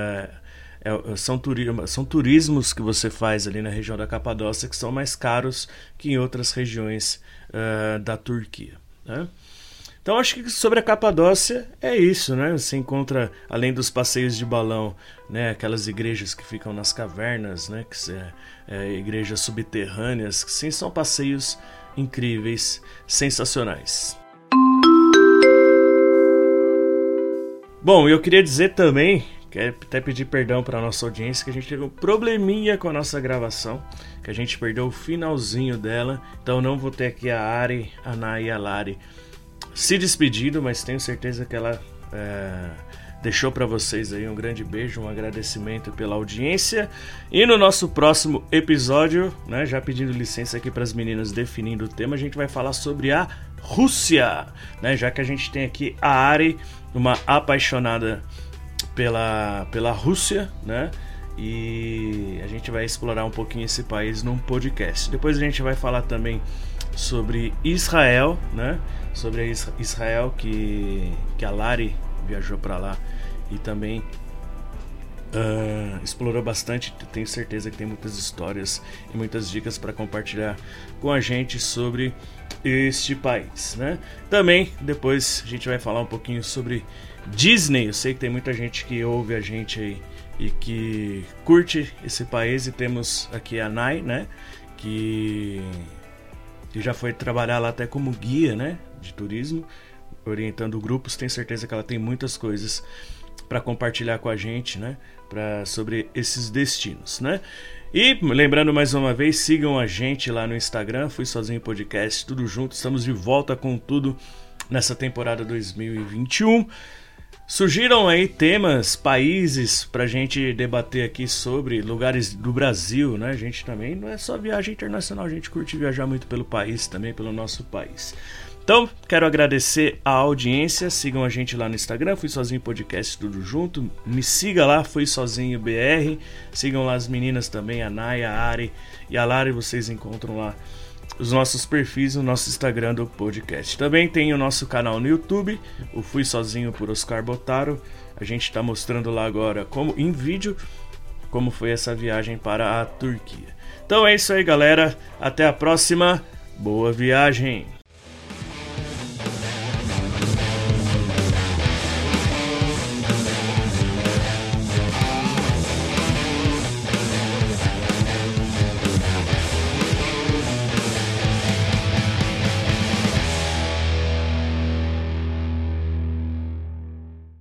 são turismos que você faz ali na região da Capadócia que são mais caros que em outras regiões da Turquia, né? Então acho que sobre a Capadócia é isso, né? Você encontra, além dos passeios de balão, né, aquelas igrejas que ficam nas cavernas, né, que igrejas subterrâneas, que sim, são passeios incríveis, sensacionais. Bom, eu queria dizer também, quero até pedir perdão para a nossa audiência, que a gente teve um probleminha com a nossa gravação, que a gente perdeu o finalzinho dela, então não vou ter aqui a Ari, a Nai e a Lari se despedindo, mas tenho certeza que ela deixou para vocês aí um grande beijo, um agradecimento pela audiência. E no nosso próximo episódio, né, já pedindo licença aqui para as meninas definindo o tema, a gente vai falar sobre a Rússia, né, já que a gente tem aqui a Ari, uma apaixonada pela Rússia, né? E a gente vai explorar um pouquinho esse país num podcast. Depois a gente vai falar também sobre Israel, né? Sobre a Israel que a Lari viajou para lá e também explorou bastante. Tenho certeza que tem muitas histórias e muitas dicas para compartilhar com a gente sobre este país, né? Também depois a gente vai falar um pouquinho sobre Disney. Eu sei que tem muita gente que ouve a gente aí e que curte esse país, e temos aqui a Nai, né, que já foi trabalhar lá até como guia, né, de turismo, orientando grupos. Tenho certeza que ela tem muitas coisas para compartilhar com a gente, né, sobre esses destinos, né? E lembrando mais uma vez, sigam a gente lá no Instagram, Fui Sozinho Podcast, tudo junto. Estamos de volta com tudo nessa temporada 2021. Surgiram aí temas, países pra gente debater aqui sobre lugares do Brasil, né? A gente também não é só viagem internacional, a gente curte viajar muito pelo país, também pelo nosso país. Então, quero agradecer a audiência, sigam a gente lá no Instagram, Fui Sozinho Podcast, tudo junto. Me siga lá, Fui Sozinho BR, sigam lá as meninas também, a Nai, a Ari e a Lari, vocês encontram lá os nossos perfis no nosso Instagram do podcast. Também tem o nosso canal no YouTube, o Fui Sozinho por Oscar Botaro. A gente está mostrando lá agora, como em vídeo, como foi essa viagem para a Turquia. Então é isso aí, galera. Até a próxima. Boa viagem!